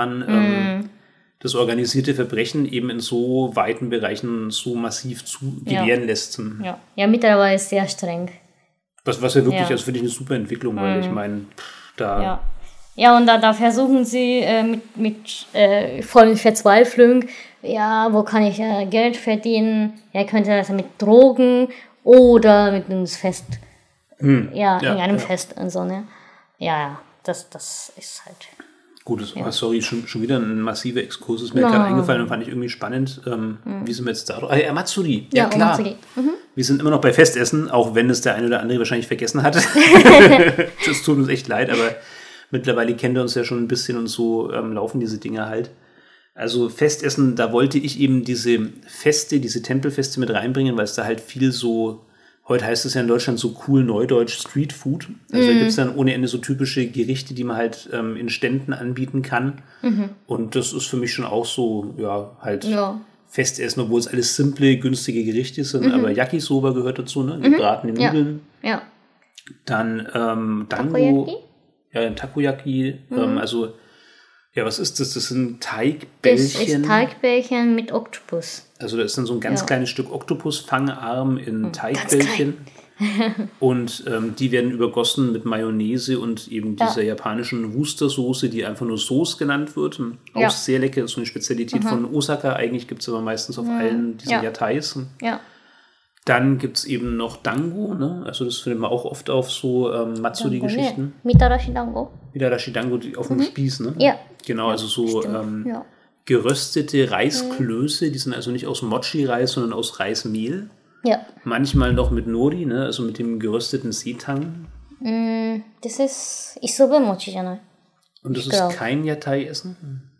Japan das organisierte Verbrechen eben in so weiten Bereichen so massiv gewähren lässt. Ja, mittlerweile ist sehr streng. Was ja wirklich, also finde ich eine super Entwicklung, weil ich meine, da... Ja, und da versuchen sie mit voller Verzweiflung, wo kann ich Geld verdienen? Ja, könnte das mit Drogen oder mit einem Fest, in einem Fest und so, ne? Ja, das ist halt... Gut, sorry, schon wieder ein massiver Exkurs. Ist mir gerade eingefallen und fand ich irgendwie spannend. Wie sind wir jetzt da? Matsuri. Ja, klar. Matsuri. Wir sind immer noch bei Festessen, auch wenn es der eine oder andere wahrscheinlich vergessen hat. Das tut uns echt leid, aber mittlerweile kennt er uns ja schon ein bisschen und so laufen diese Dinge halt. Also Festessen, da wollte ich eben diese Tempelfeste mit reinbringen, weil es da halt viel so... Heute heißt es ja in Deutschland so cool neudeutsch Street Food. Also da gibt es dann ohne Ende so typische Gerichte, die man halt in Ständen anbieten kann. Und das ist für mich schon auch so, Festessen, obwohl es alles simple, günstige Gerichte sind. Aber Yakisoba gehört dazu, ne? Gebratene Nudeln. Ja. Dann Dango. Takoyaki? Ja, Takoyaki. Also, was ist das? Das sind Teigbällchen. Das ist Teigbällchen mit Oktopus. Also da ist dann so ein ganz kleines Stück Oktopus-Fangarm in Teigbällchen. Und die werden übergossen mit Mayonnaise und eben dieser japanischen Worcestersoße, die einfach nur Sauce genannt wird. Auch sehr lecker, ist so eine Spezialität von Osaka. Eigentlich gibt es aber meistens auf allen diesen Yatais. Ja. Dann gibt es eben noch Dango, ne? Also das findet man auch oft auf so Matsuri-Geschichten. Mitarashi Dango. Mitarashi Dango auf dem Spieß, ne? Ja. Genau, also so geröstete Reisklöße, die sind also nicht aus Mochi-Reis, sondern aus Reismehl. Ja. Manchmal noch mit Nori, ne? Also mit dem gerösteten Seetang. Das ist Isobe-Mochi, ja. Und das ist kein Yatai-Essen?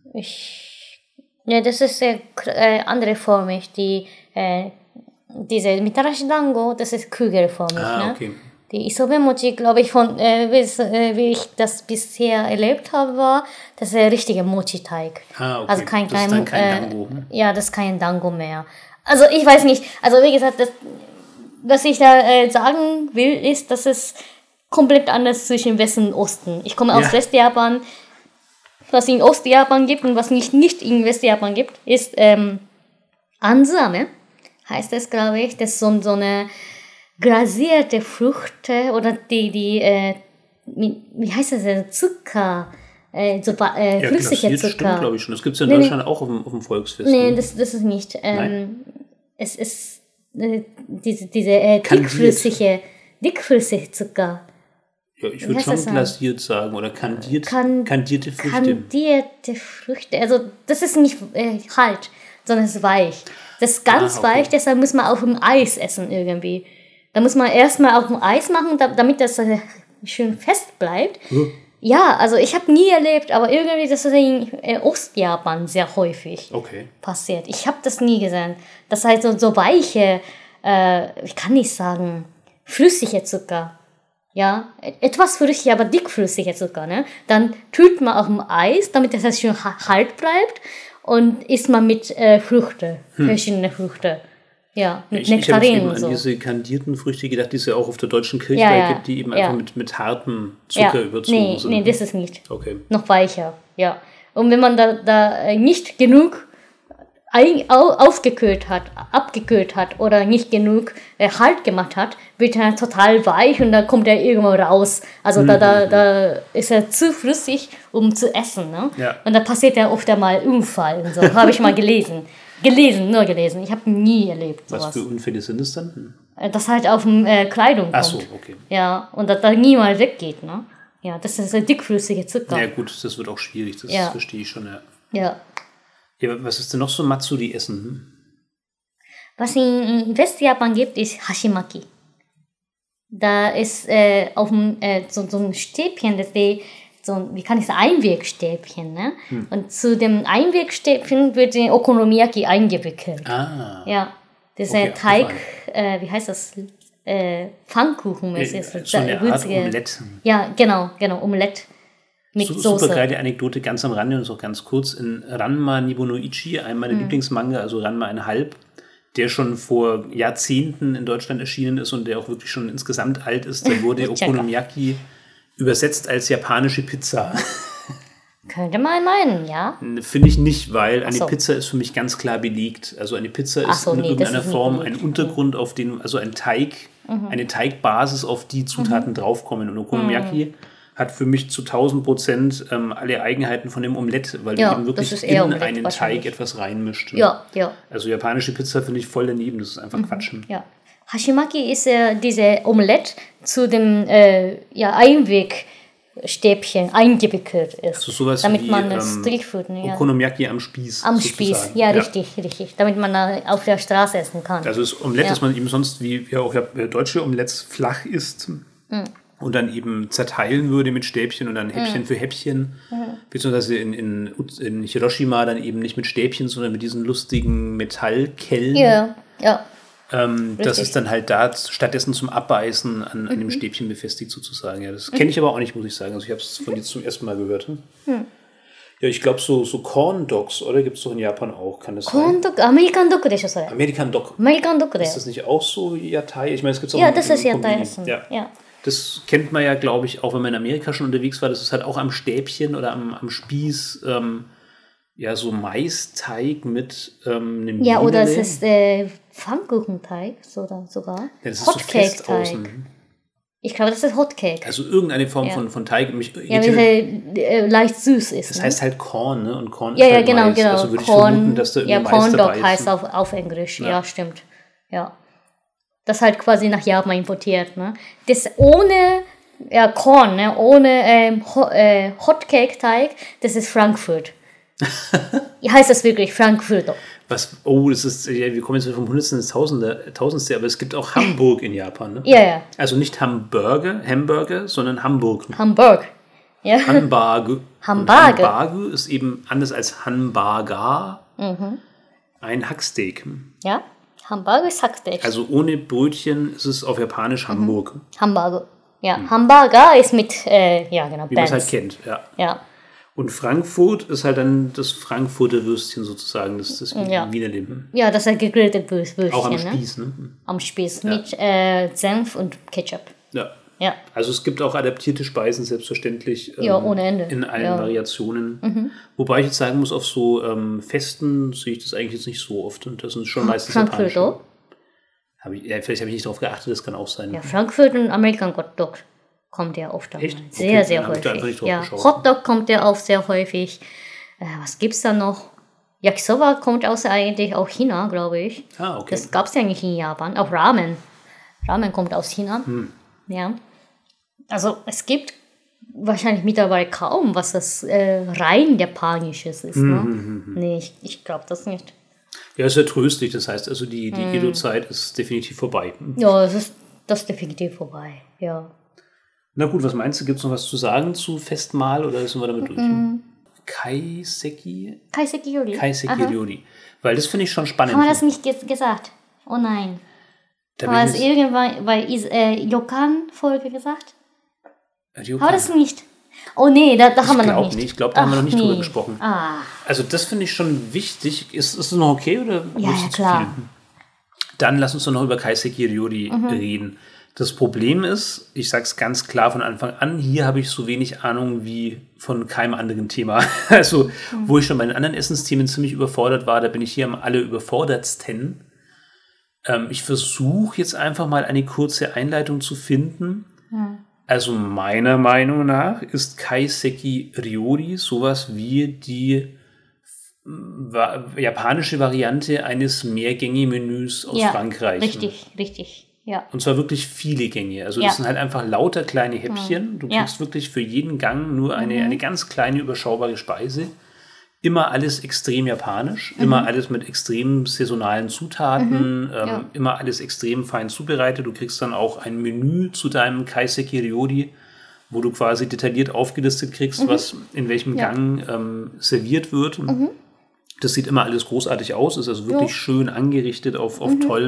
Das ist andere formig. Diese Mitarashi Dango, das ist kugelförmig. Okay. Die Isobe-Mochi, glaube ich, wie ich das bisher erlebt habe, war, das ist der richtige Mochi-Teig. Okay. Also das ist dann kein Dango. Ja, das ist kein Dango mehr. Also ich weiß nicht, also wie gesagt, was ich da sagen will, ist, dass es komplett anders zwischen Westen und Osten. Ich komme aus Westjapan. Was in Ostjapan gibt und was nicht in Westjapan gibt, ist Ansame, heißt das, glaube ich. Das ist so eine glasierte Früchte oder die wie heißt das denn? Zucker, flüssige das Zucker. Stimmt, glaube ich schon. Das gibt es ja in Deutschland auch auf dem Volksfest. Nee, ne? das ist nicht. Nein? Es ist diese dickflüssige Zucker. Ja, ich würde schon glasiert sagen oder kandierte Früchte. Kandierte Früchte. Also das ist nicht hart, sondern es ist weich. Das ist ganz weich, deshalb muss man auf dem Eis essen irgendwie. Da muss man erstmal auf dem Eis machen, damit das schön fest bleibt. Ja, also ich habe nie erlebt, aber irgendwie das ist in Ostjapan sehr häufig passiert. Ich habe das nie gesehen. Das heißt so weiche, ich kann nicht sagen, flüssige Zucker. Ja, etwas flüssig, aber dickflüssige Zucker, ne? Dann tut man auf dem Eis, damit das schön hart bleibt und isst man mit verschiedene Früchte. Ja, mit Nektarinen und so. Ich habe an diese kandierten Früchte gedacht, die es ja auch auf der Deutschen Kirchweih gibt, die eben einfach mit hartem Zucker überzogen sind. Nee, das ist nicht. Okay. Noch weicher, ja. Und wenn man da nicht genug abgekühlt hat oder nicht genug Halt gemacht hat, wird er total weich und dann kommt er irgendwo raus. Also da ist er zu flüssig, um zu essen. Ne? Ja. Und da passiert ja oft einmal Unfall und so. Habe ich mal gelesen. Nur gelesen. Ich habe nie erlebt sowas. Was für Unfälle sind es dann? Das halt auf Kleidung kommt. Ach so, okay. Ja, und da niemals weggeht. Ne? Ja, das ist dickflüssige Zucker. Ja gut, das wird auch schwierig. Das verstehe ich schon, Ja. Ja, was ist denn noch so Matsuri essen? Was in Westjapan gibt, ist Hashimaki. Da ist auf dem so ein Stäbchen, wie kann ich sagen, Einwegstäbchen. Ne? Und zu dem Einwegstäbchen wird die Okonomiyaki eingewickelt. Ah. Ja, dieser Teig, wie heißt das? Pfannkuchen ist es. So eine Art Omelette. Ja, genau, Omelette. Mit Soße. Super geile Anekdote, ganz am Rande und so ganz kurz. In Ranma Nibonoichi, einem meiner Lieblingsmanga, also Ranma 1,5, der schon vor Jahrzehnten in Deutschland erschienen ist und der auch wirklich schon insgesamt alt ist, da wurde Okonomiyaki übersetzt als japanische Pizza. Könnte man meinen, ja. Finde ich nicht, weil eine Pizza ist für mich ganz klar belegt. Also eine Pizza ist in irgendeiner Form ein Untergrund, auf den, also ein Teig, eine Teigbasis, auf die Zutaten draufkommen. Und Okonomiyaki hat für mich zu 1000% alle Eigenheiten von dem Omelett, weil die eben wirklich in einen Teig etwas reinmischt. Ne? Ja. Also japanische Pizza finde ich voll daneben, das ist einfach Quatschen. Ja. Hashimaki ist diese Omelette zu dem Einwegstäbchen eingewickelt ist. Also sowas damit wie man das Streetfood, Okonomiyaki am Spieß. Am Spieß, ja, richtig. Damit man auf der Straße essen kann. Also das Omelett, das man eben sonst, wie auch deutsche Omelettes, flach isst. Und dann eben zerteilen würde mit Stäbchen und dann Häppchen für Häppchen. Beziehungsweise in Hiroshima dann eben nicht mit Stäbchen, sondern mit diesen lustigen Metallkellen. Ja. Das ist dann halt da stattdessen zum Abbeißen an einem Stäbchen befestigt sozusagen. Ja, das kenne ich aber auch nicht, muss ich sagen. Also ich habe es von dir zum ersten Mal gehört. Ja, ich glaube so Corn Dogs, oder? Gibt es doch in Japan auch, kann das sein? Corn Dog, American Dog でしょ、それ。 American Dog. American Dog だよ。 Ist das nicht auch so Yatai? Ich meine, es gibt auch Ja, das ist Yatai-Essen. Ja. Das kennt man ja, glaube ich, auch wenn man in Amerika schon unterwegs war. Das ist halt auch am Stäbchen oder am Spieß so Maisteig mit einem Ja, oder es ist Pfannkuchenteig sogar. Ja, das ist Hotcake-Teig. so fest außen. Ich glaube, das ist Hotcake. Also irgendeine Form von Teig. Leicht süß ist. Das heißt halt Corn, ne? Und Corn ist halt genau. Mais. Also würde ich vermuten, dass da irgendwie Mais Corn dabei Dog ist. heißt auf Englisch. Ja, stimmt. Ja. Das halt quasi nach Japan importiert, ne? Das ohne Corn, ne? Ohne Hotcake-Teig, das ist Frankfurt. Heißt das wirklich Frankfurt? Das ist, wir kommen jetzt vom Hundertsten ins Tausendste, aber es gibt auch Hamburg in Japan, ne? Ja. Also nicht Hamburger, sondern Hamburg. Hamburg. Ja. Hamburger. Hamburger ist eben anders als Hamburger ein Hacksteak. Ja, Hamburger ist Hacksteak. Also ohne Brötchen ist es auf Japanisch Hamburg. Hamburger. Ja, Hamburger ist mit, genau, wie man es halt kennt, ja. Und Frankfurt ist halt dann das Frankfurter Würstchen sozusagen, das Wiener Leben. Ja, das ist gegrillte Würstchen. Auch am Spieß, ne? Am Spieß, mit Senf und Ketchup. Ja. Also es gibt auch adaptierte Speisen, selbstverständlich. Ohne Ende. In allen Variationen. Wobei ich jetzt sagen muss, auf so Festen sehe ich das eigentlich jetzt nicht so oft. Und das sind schon meistens Frankfurt. Vielleicht habe ich nicht darauf geachtet, das kann auch sein. Ja, Frankfurt und American Hot Dog. kommt der oft dabei. Echt? Okay, Sehr, sehr dann hab ich da einfach häufig. nicht drauf Ja. geschaut. Hotdog kommt der auch sehr häufig. Was gibt's da noch? Yakisoba kommt eigentlich auch China, glaube ich. Okay. Das gab es ja nicht in Japan. Auch Ramen. Ramen kommt aus China. Ja. Also es gibt wahrscheinlich mittlerweile kaum, was das rein Japanisches ist. Ne? Nee, ich glaube das nicht. Ja, ist ja tröstlich. Das heißt also, die Edo-Zeit ist definitiv vorbei. Ja, das ist definitiv vorbei. Ja. Na gut, was meinst du? Gibt es noch was zu sagen zu Festmahl oder sind wir damit durch? Kaiseki Ryori. Kaiseki Ryori. Weil das finde ich schon spannend. Haben wir das nicht gesagt? Oh nein. Haben wir das irgendwann bei Yokan-Folge gesagt? Haben wir das nicht? Oh nee, da haben wir noch nicht. Ich glaube, da haben wir noch nicht drüber gesprochen. Also das finde ich schon wichtig. Ist es noch okay oder ja, klar. Dann lass uns doch noch über Kaiseki Ryori reden. Das Problem ist, ich sage es ganz klar von Anfang an, hier habe ich so wenig Ahnung wie von keinem anderen Thema. Also, wo ich schon bei den anderen Essensthemen ziemlich überfordert war, da bin ich hier am alle überfordertsten. Ich versuche jetzt einfach mal eine kurze Einleitung zu finden. Also meiner Meinung nach ist Kaiseki Ryori sowas wie die japanische Variante eines Mehrgänge-Menüs aus Frankreich. Richtig. Ja. Und zwar wirklich viele Gänge. Also das sind halt einfach lauter kleine Häppchen. Du kriegst wirklich für jeden Gang nur eine ganz kleine, überschaubare Speise. Immer alles extrem japanisch, immer alles mit extrem saisonalen Zutaten, immer alles extrem fein zubereitet. Du kriegst dann auch ein Menü zu deinem Kaiseki Ryori, wo du quasi detailliert aufgelistet kriegst, was in welchem Gang serviert wird. Das sieht immer alles großartig aus, ist also wirklich schön angerichtet auf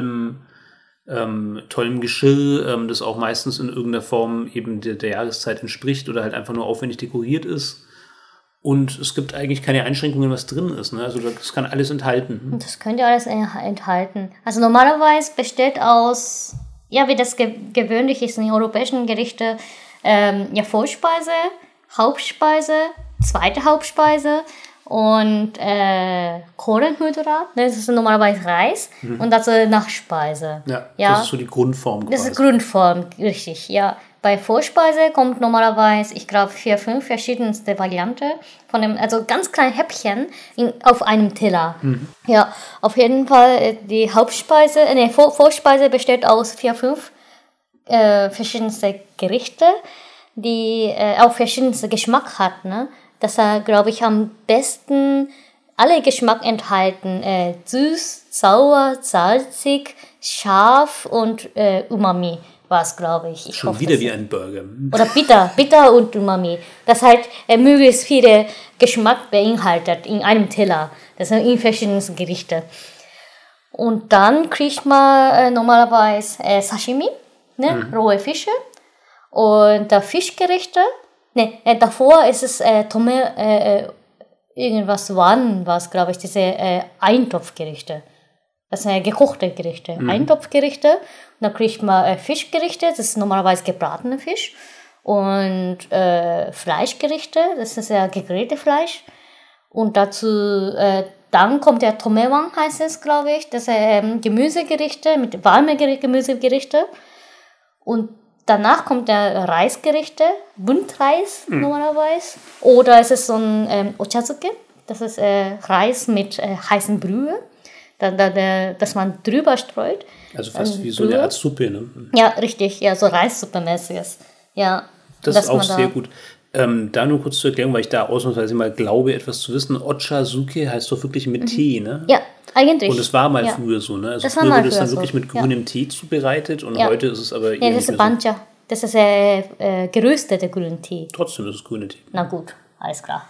tollem Geschirr, das auch meistens in irgendeiner Form eben der Jahreszeit entspricht oder halt einfach nur aufwendig dekoriert ist. Und es gibt eigentlich keine Einschränkungen, was drin ist. Ne? Also das kann alles enthalten. Das könnte alles enthalten. Also normalerweise besteht aus, wie das gewöhnlich ist in den europäischen Gerichten, Vorspeise, Hauptspeise, zweite Hauptspeise und Kohlenhydrat, das ist normalerweise Reis und dazu Nachspeise. Ja, das ist so die Grundform quasi. Das ist Grundform, richtig, ja. Bei Vorspeise kommt normalerweise, ich glaube, 4, 5 verschiedenste Varianten von dem, also ganz kleine Häppchen auf einem Teller. Ja, auf jeden Fall die Vorspeise besteht aus 4, 5 verschiedenste Gerichte, die auch verschiedenste Geschmack hat, ne? Das glaube ich, am besten alle Geschmack enthalten. Süß, sauer, salzig, scharf und Umami war es, glaube ich. Schon wieder wie ein Burger. Oder bitter und Umami. Das halt möglichst viele Geschmack beinhaltet in einem Teller. Das sind in verschiedenen Gerichte. Und dann kriegt man normalerweise Sashimi, ne? Rohe Fische und Fischgerichte. Davor ist es irgendwas Wan, was glaube ich, diese Eintopfgerichte. Das sind gekochte Gerichte, Eintopfgerichte. Und dann kriegt man Fischgerichte, das ist normalerweise gebratener Fisch. Und Fleischgerichte, das ist ja gegrillte Fleisch. Und dazu, dann kommt der Tomewang, heißt es, glaube ich. Das sind Gemüsegerichte, mit warmen Gemüsegerichte. Und danach kommt der Reisgerichte, Buntreis normalerweise. Oder es ist so ein Ochazuke, das ist Reis mit heißen Brühe, dass man drüber streut. Also fast wie so eine Art Suppe, ne? Ja, richtig, ja, so Reissuppe-mäßiges. Ja, das ist auch sehr gut. Da nur kurz zur Erklärung, weil ich da ausnahmsweise mal glaube, etwas zu wissen. Ochazuke heißt doch wirklich mit Tee, ne? Ja, eigentlich. Und es war mal früher so, ne? Also früher wurde es dann wirklich mit grünem Tee zubereitet und heute ist es aber eher das ist Bancha. Das ist gerösteter grüner Tee. Trotzdem ist es grüner Tee. Na gut, alles klar.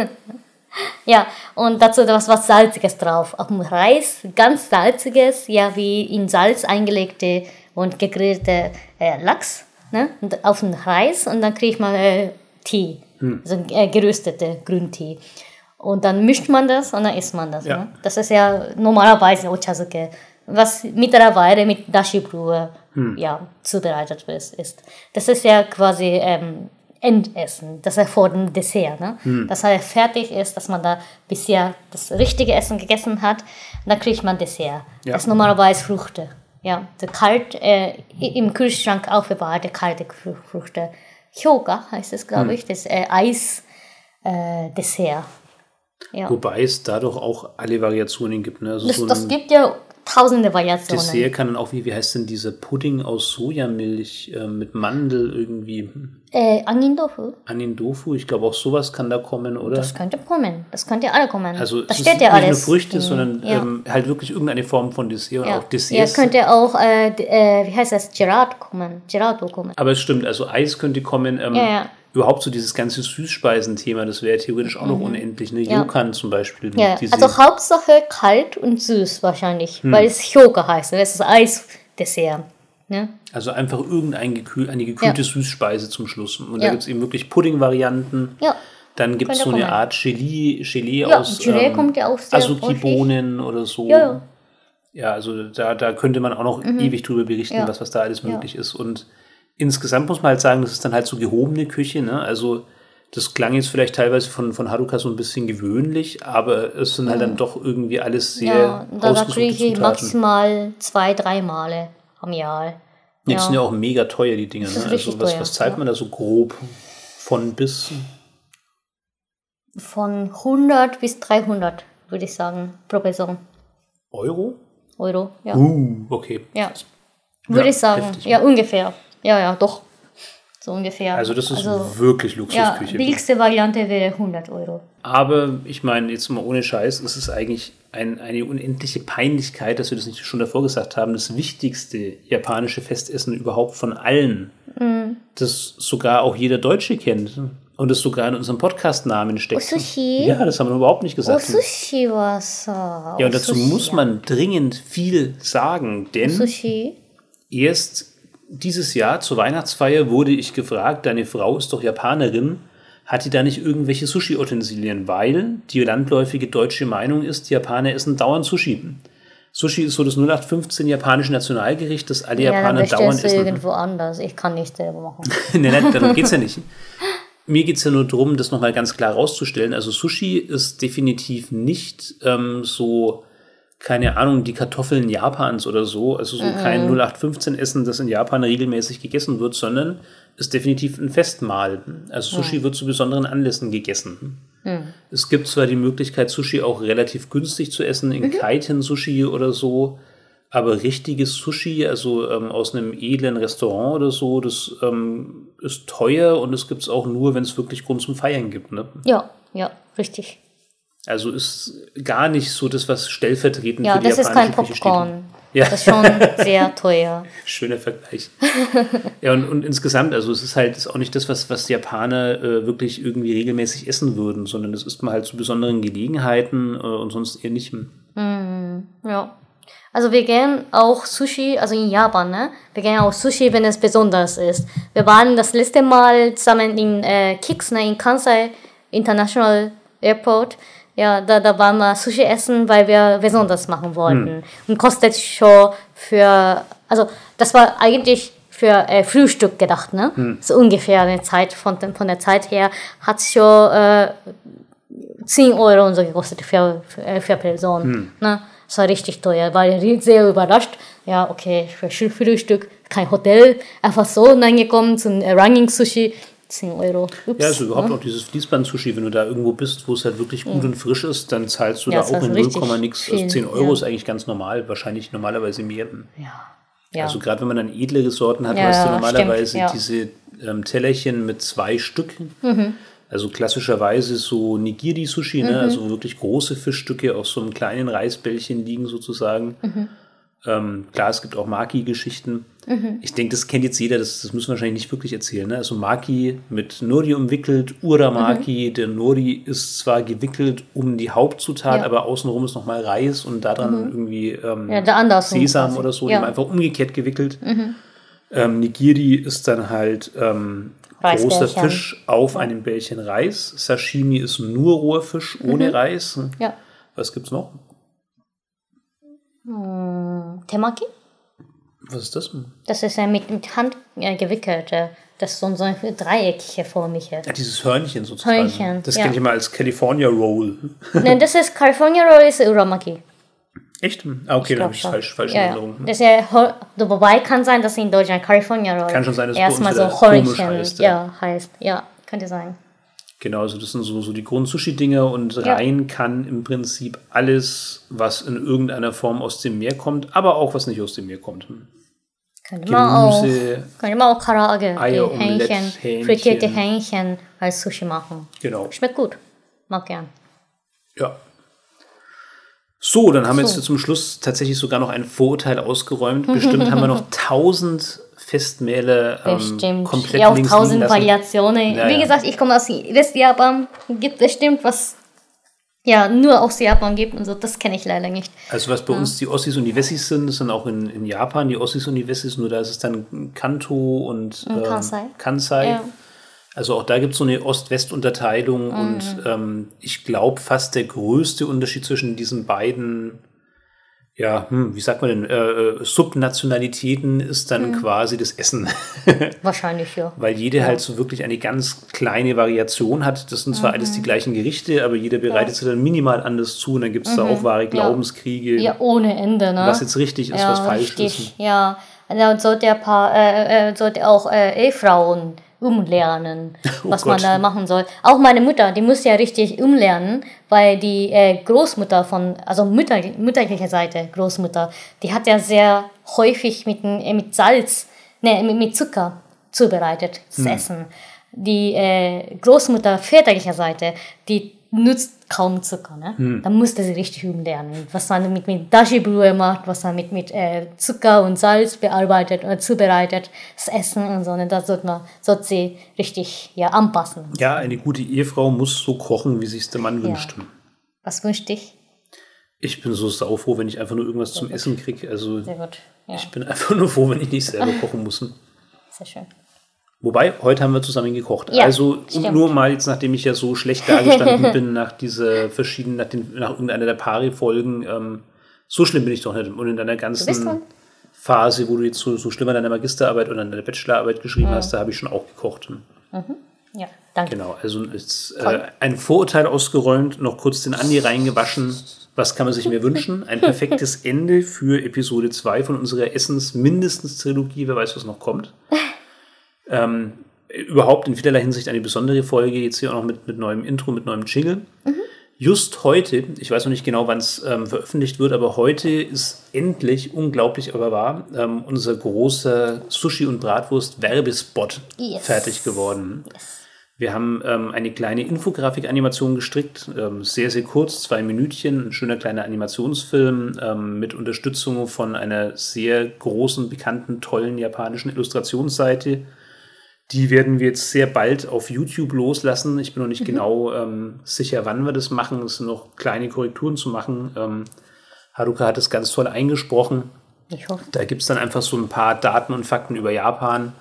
Ja, und dazu was Salziges drauf. Auf dem Reis ganz salziges, ja, wie in Salz eingelegte und gegrillte Lachs, ne? Und auf den Reis und dann kriegt man Tee, also geröstete Grüntee. Und dann mischt man das und dann isst man das. Ja. Ne? Das ist ja normalerweise Ochazuke, was mittlerweile mit Dashi-Brühe zubereitet ist. Das ist ja quasi Endessen, das ist vor dem Dessert. Ne? Dass er fertig ist, dass man da bisher das richtige Essen gegessen hat, dann kriegt man Dessert. Ja. Das ist normalerweise Früchte. Ja, kalt im Kühlschrank aufbewahrte kalte Früchte. Hyoga heißt es, glaube ich, das Eis-Dessert. Ja. Wobei es da doch auch alle Variationen gibt. Ne? Also Das gibt ja tausende Variationen. Dessert kann dann auch, wie heißt denn dieser Pudding aus Sojamilch mit Mandel irgendwie? Anindofu. Anindofu, ich glaube auch sowas kann da kommen, oder? Das könnte kommen. Das könnte alle kommen. Also das es steht ist ja nicht alles. nur Früchte, sondern halt wirklich irgendeine Form von Dessert. Und auch Desserts. Könnte auch, wie heißt das, Gelato kommen. Aber es stimmt, also Eis könnte kommen. Überhaupt so dieses ganze Süßspeisenthema, das wäre theoretisch auch noch unendlich. Ne? Yokan zum Beispiel. Ja, also Hauptsache kalt und süß wahrscheinlich, weil es Hyoga heißt. Das ist Eisdessert. Ne? Also einfach eine gekühlte Süßspeise zum Schluss. Und da gibt es eben wirklich Pudding-Varianten. Ja. Dann gibt es so eine Art Gelee aus Gelee kommt ja auch sehr Azuki-Bohnen oder so. Ja. Ja, also da könnte man auch noch ewig drüber berichten, was da alles möglich ist. Und insgesamt muss man halt sagen, das ist dann halt so gehobene Küche. Ne? Also das klang jetzt vielleicht teilweise von Haruka so ein bisschen gewöhnlich, aber es sind halt dann doch irgendwie alles sehr da kriege ich maximal 2-3 Male am Jahr. Die sind ja auch mega teuer, die Dinger. Ne? Also was zahlt man da so grob von bis? Von 100 bis 300, würde ich sagen, pro Person. Euro, ja. Okay. Ja, würde ich sagen. Heftig. Ja, ungefähr. Ja, doch. So ungefähr. Also das ist wirklich Luxusküche. Ja, billigste Variante wäre 100 Euro. Aber ich meine, jetzt mal ohne Scheiß, es ist eigentlich eine unendliche Peinlichkeit, dass wir das nicht schon davor gesagt haben, das wichtigste japanische Festessen überhaupt von allen, das sogar auch jeder Deutsche kennt und das sogar in unserem Podcast-Namen steckt. Sushi? Ja, das haben wir überhaupt nicht gesagt. Sushi was? Ja, und dazu muss man dringend viel sagen, denn erst dieses Jahr zur Weihnachtsfeier wurde ich gefragt, deine Frau ist doch Japanerin, hat die da nicht irgendwelche Sushi-Utensilien? Weil die landläufige deutsche Meinung ist, die Japaner essen dauernd Sushi. Sushi ist so das 0815 japanische Nationalgericht, das alle Japaner dauernd essen. Irgendwo anders. Ich kann nicht selber machen. Nein, darum geht es ja nicht. Mir geht es ja nur darum, das nochmal ganz klar rauszustellen. Also Sushi ist definitiv nicht so, keine Ahnung, die Kartoffeln Japans oder so. Also so kein 0815-Essen, das in Japan regelmäßig gegessen wird, sondern ist definitiv ein Festmahl. Also Sushi wird zu besonderen Anlässen gegessen. Es gibt zwar die Möglichkeit, Sushi auch relativ günstig zu essen, in Kaiten-Sushi oder so, aber richtiges Sushi, also aus einem edlen Restaurant oder so, das ist teuer und das gibt es auch nur, wenn es wirklich Grund zum Feiern gibt. Ne? Ja, richtig. Also ist gar nicht so das, was stellvertretend für die japanische Küche steht. Ja, das ist kein Popcorn. Ja. Das ist schon sehr teuer. Schöner Vergleich. Ja, und insgesamt, also es ist auch nicht das, was die Japaner wirklich irgendwie regelmäßig essen würden, sondern das isst man halt zu besonderen Gelegenheiten und sonst eher nicht. Ja. Also wir gehen auch Sushi, also in Japan, ne? Wir gehen auch Sushi, wenn es besonders ist. Wir waren das letzte Mal zusammen in Kix, ne? In Kansai International Airport. Ja, da waren wir Sushi essen, weil wir besonders machen wollten. Und kostet schon also das war eigentlich für Frühstück gedacht, ne? So ungefähr eine Zeit, von der Zeit her hat es schon 10 Euro und so gekostet für Person. Ne? Das war richtig teuer, war sehr überrascht. Ja, okay, für Frühstück, kein Hotel, einfach so reingekommen zum Running Sushi. 10 Euro. Ups, ja, also überhaupt auch dieses Fließband-Sushi, wenn du da irgendwo bist, wo es halt wirklich gut und frisch ist, dann zahlst du da auch in 0, nix. Also 10 Euro ist eigentlich ganz normal, wahrscheinlich normalerweise mehr. Ja. Also gerade wenn man dann edle Sorten hat, hast du normalerweise diese Tellerchen mit 2 Stück. Also klassischerweise so Nigiri-Sushi, ne? Also wirklich große Fischstücke auf so einem kleinen Reisbällchen liegen sozusagen. Klar, es gibt auch Maki-Geschichten. Ich denke, das kennt jetzt jeder, das müssen wir wahrscheinlich nicht wirklich erzählen. Ne? Also Maki mit Nori umwickelt, Uramaki, der Nori ist zwar gewickelt um die Hauptzutat, aber außenrum ist nochmal Reis und daran irgendwie Sesam oder so, die haben einfach umgekehrt gewickelt. Nigiri ist dann halt großer Fisch auf einem Bällchen Reis. Sashimi ist nur roher Fisch ohne Reis. Ja. Was gibt's noch? Temaki? Was ist das? Das ist mit Hand gewickelte. Das ist so eine dreieckige förmige. Ja, dieses Hörnchen sozusagen. Das kenne ich immer als California Roll. Nein, das ist California Roll ist Uramaki. Echt? Ah, okay, dann habe ich glaub es falsch in Ja. Erinnerung. Das ist ja, wobei kann sein, dass in Deutschland California Roll Kann schon sein, dass es bei uns erstmal so wieder komisch Häufchen heißt, ja. heißt. Ja, könnte sein. Genau, also das sind so die Grund-Sushi-Dinger und rein kann im Prinzip alles, was in irgendeiner Form aus dem Meer kommt, aber auch was nicht aus dem Meer kommt. Könnte man auch Karaage, Eier, Hähnchen, frittierte Hähnchen als Sushi machen. Genau. Schmeckt gut. Mag gern. Ja. So, dann haben wir jetzt zum Schluss tatsächlich sogar noch ein Vorurteil ausgeräumt. Bestimmt haben wir noch 1000 Festmehle komplett auch links 1000 liegen lassen. Variationen. Ja, Wie gesagt, ich komme aus Westjapan. Gibt bestimmt was nur aus Japan gibt und so. Das kenne ich leider nicht. Also was bei uns die Ossis und die Wessis sind, das sind auch in Japan die Ossis und die Wessis, nur da ist es dann Kanto und Kansai. Ja. Also auch da gibt es so eine Ost-West-Unterteilung und ich glaube fast der größte Unterschied zwischen diesen beiden, wie sagt man denn, Subnationalitäten ist dann quasi das Essen. Wahrscheinlich, ja. Weil jede halt so wirklich eine ganz kleine Variation hat. Das sind zwar alles die gleichen Gerichte, aber jeder bereitet sie dann minimal anders zu und dann gibt es da auch wahre Glaubenskriege. Ja, ohne Ende, ne? Was jetzt richtig ist, was falsch ist. Ja, und sollte auch Ehefrauen umlernen, was man da machen soll. Auch meine Mutter, die muss ja richtig umlernen, weil die Großmutter also mütterlicher Seite Großmutter, die hat ja sehr häufig mit Zucker zubereitet, das Essen. Die Großmutter väterlicher Seite, die nutzt kaum Zucker, ne? Da musste sie richtig umlernen, was man mit Dashi-Brühe macht, was man mit Zucker und Salz bearbeitet oder zubereitet, das Essen und so, ne? Das sollte sie richtig anpassen. Ja, eine gute Ehefrau muss so kochen, wie sich der Mann wünscht. Was wünscht dich? Ich bin so saufroh, wenn ich einfach nur irgendwas zum Essen kriege. Also sehr gut. Ja. Ich bin einfach nur froh, wenn ich nicht selber kochen muss. Sehr schön. Wobei, heute haben wir zusammen gekocht. Ja, also stimmt. Nur mal jetzt, nachdem ich ja so schlecht dargestanden bin nach irgendeiner der Pari-Folgen, so schlimm bin ich doch nicht. Und in deiner ganzen Phase, wo du jetzt so schlimm an deiner Magisterarbeit oder an deiner Bachelorarbeit geschrieben hast, da habe ich schon auch gekocht. Ja, danke. Genau, also jetzt ein Vorurteil ausgeräumt, noch kurz den Andi reingewaschen. Was kann man sich mehr wünschen? Ein perfektes Ende für Episode 2 von unserer Essens-Mindestens-Trilogie. Wer weiß, was noch kommt. Überhaupt in vielerlei Hinsicht eine besondere Folge, jetzt hier auch noch mit neuem Intro, mit neuem Jingle. Just heute, ich weiß noch nicht genau, wann es veröffentlicht wird, aber heute ist endlich, unglaublich aber wahr, unser großer Sushi- und Bratwurst-Werbespot fertig geworden. Wir haben eine kleine Infografik-Animation gestrickt, sehr, sehr kurz, 2 Minütchen, ein schöner kleiner Animationsfilm mit Unterstützung von einer sehr großen, bekannten, tollen japanischen Illustrationsseite. Die werden wir jetzt sehr bald auf YouTube loslassen. Ich bin noch nicht genau sicher, wann wir das machen. Es sind noch kleine Korrekturen zu machen. Haruka hat es ganz toll eingesprochen. Ich hoffe. Da gibt es dann einfach so ein paar Daten und Fakten über Japan,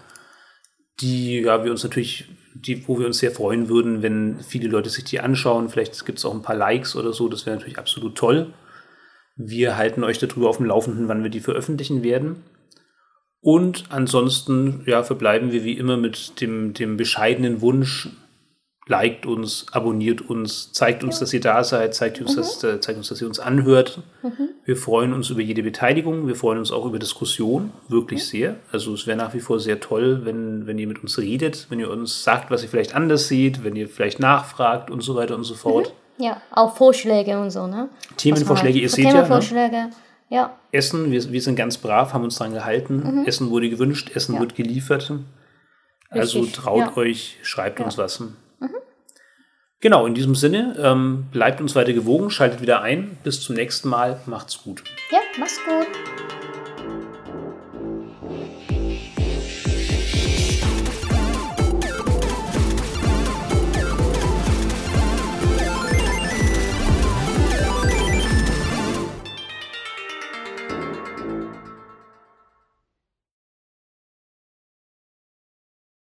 wo wir uns sehr freuen würden, wenn viele Leute sich die anschauen. Vielleicht gibt es auch ein paar Likes oder so. Das wäre natürlich absolut toll. Wir halten euch darüber auf dem Laufenden, wann wir die veröffentlichen werden. Und ansonsten verbleiben wir wie immer mit dem bescheidenen Wunsch, liked uns, abonniert uns, zeigt uns, dass ihr da seid, zeigt uns, dass ihr uns anhört. Wir freuen uns über jede Beteiligung, wir freuen uns auch über Diskussion, wirklich sehr. Also es wäre nach wie vor sehr toll, wenn ihr mit uns redet, wenn ihr uns sagt, was ihr vielleicht anders seht, wenn ihr vielleicht nachfragt und so weiter und so fort. Ja, auch Vorschläge und so, ne? Themenvorschläge, ihr seht Themenvorschläge. Ja. Essen, wir sind ganz brav, haben uns dran gehalten. Essen wurde gewünscht, Essen wird geliefert. Also traut euch, schreibt uns was. Genau, in diesem Sinne, bleibt uns weiter gewogen, schaltet wieder ein. Bis zum nächsten Mal, macht's gut. Ja, mach's gut.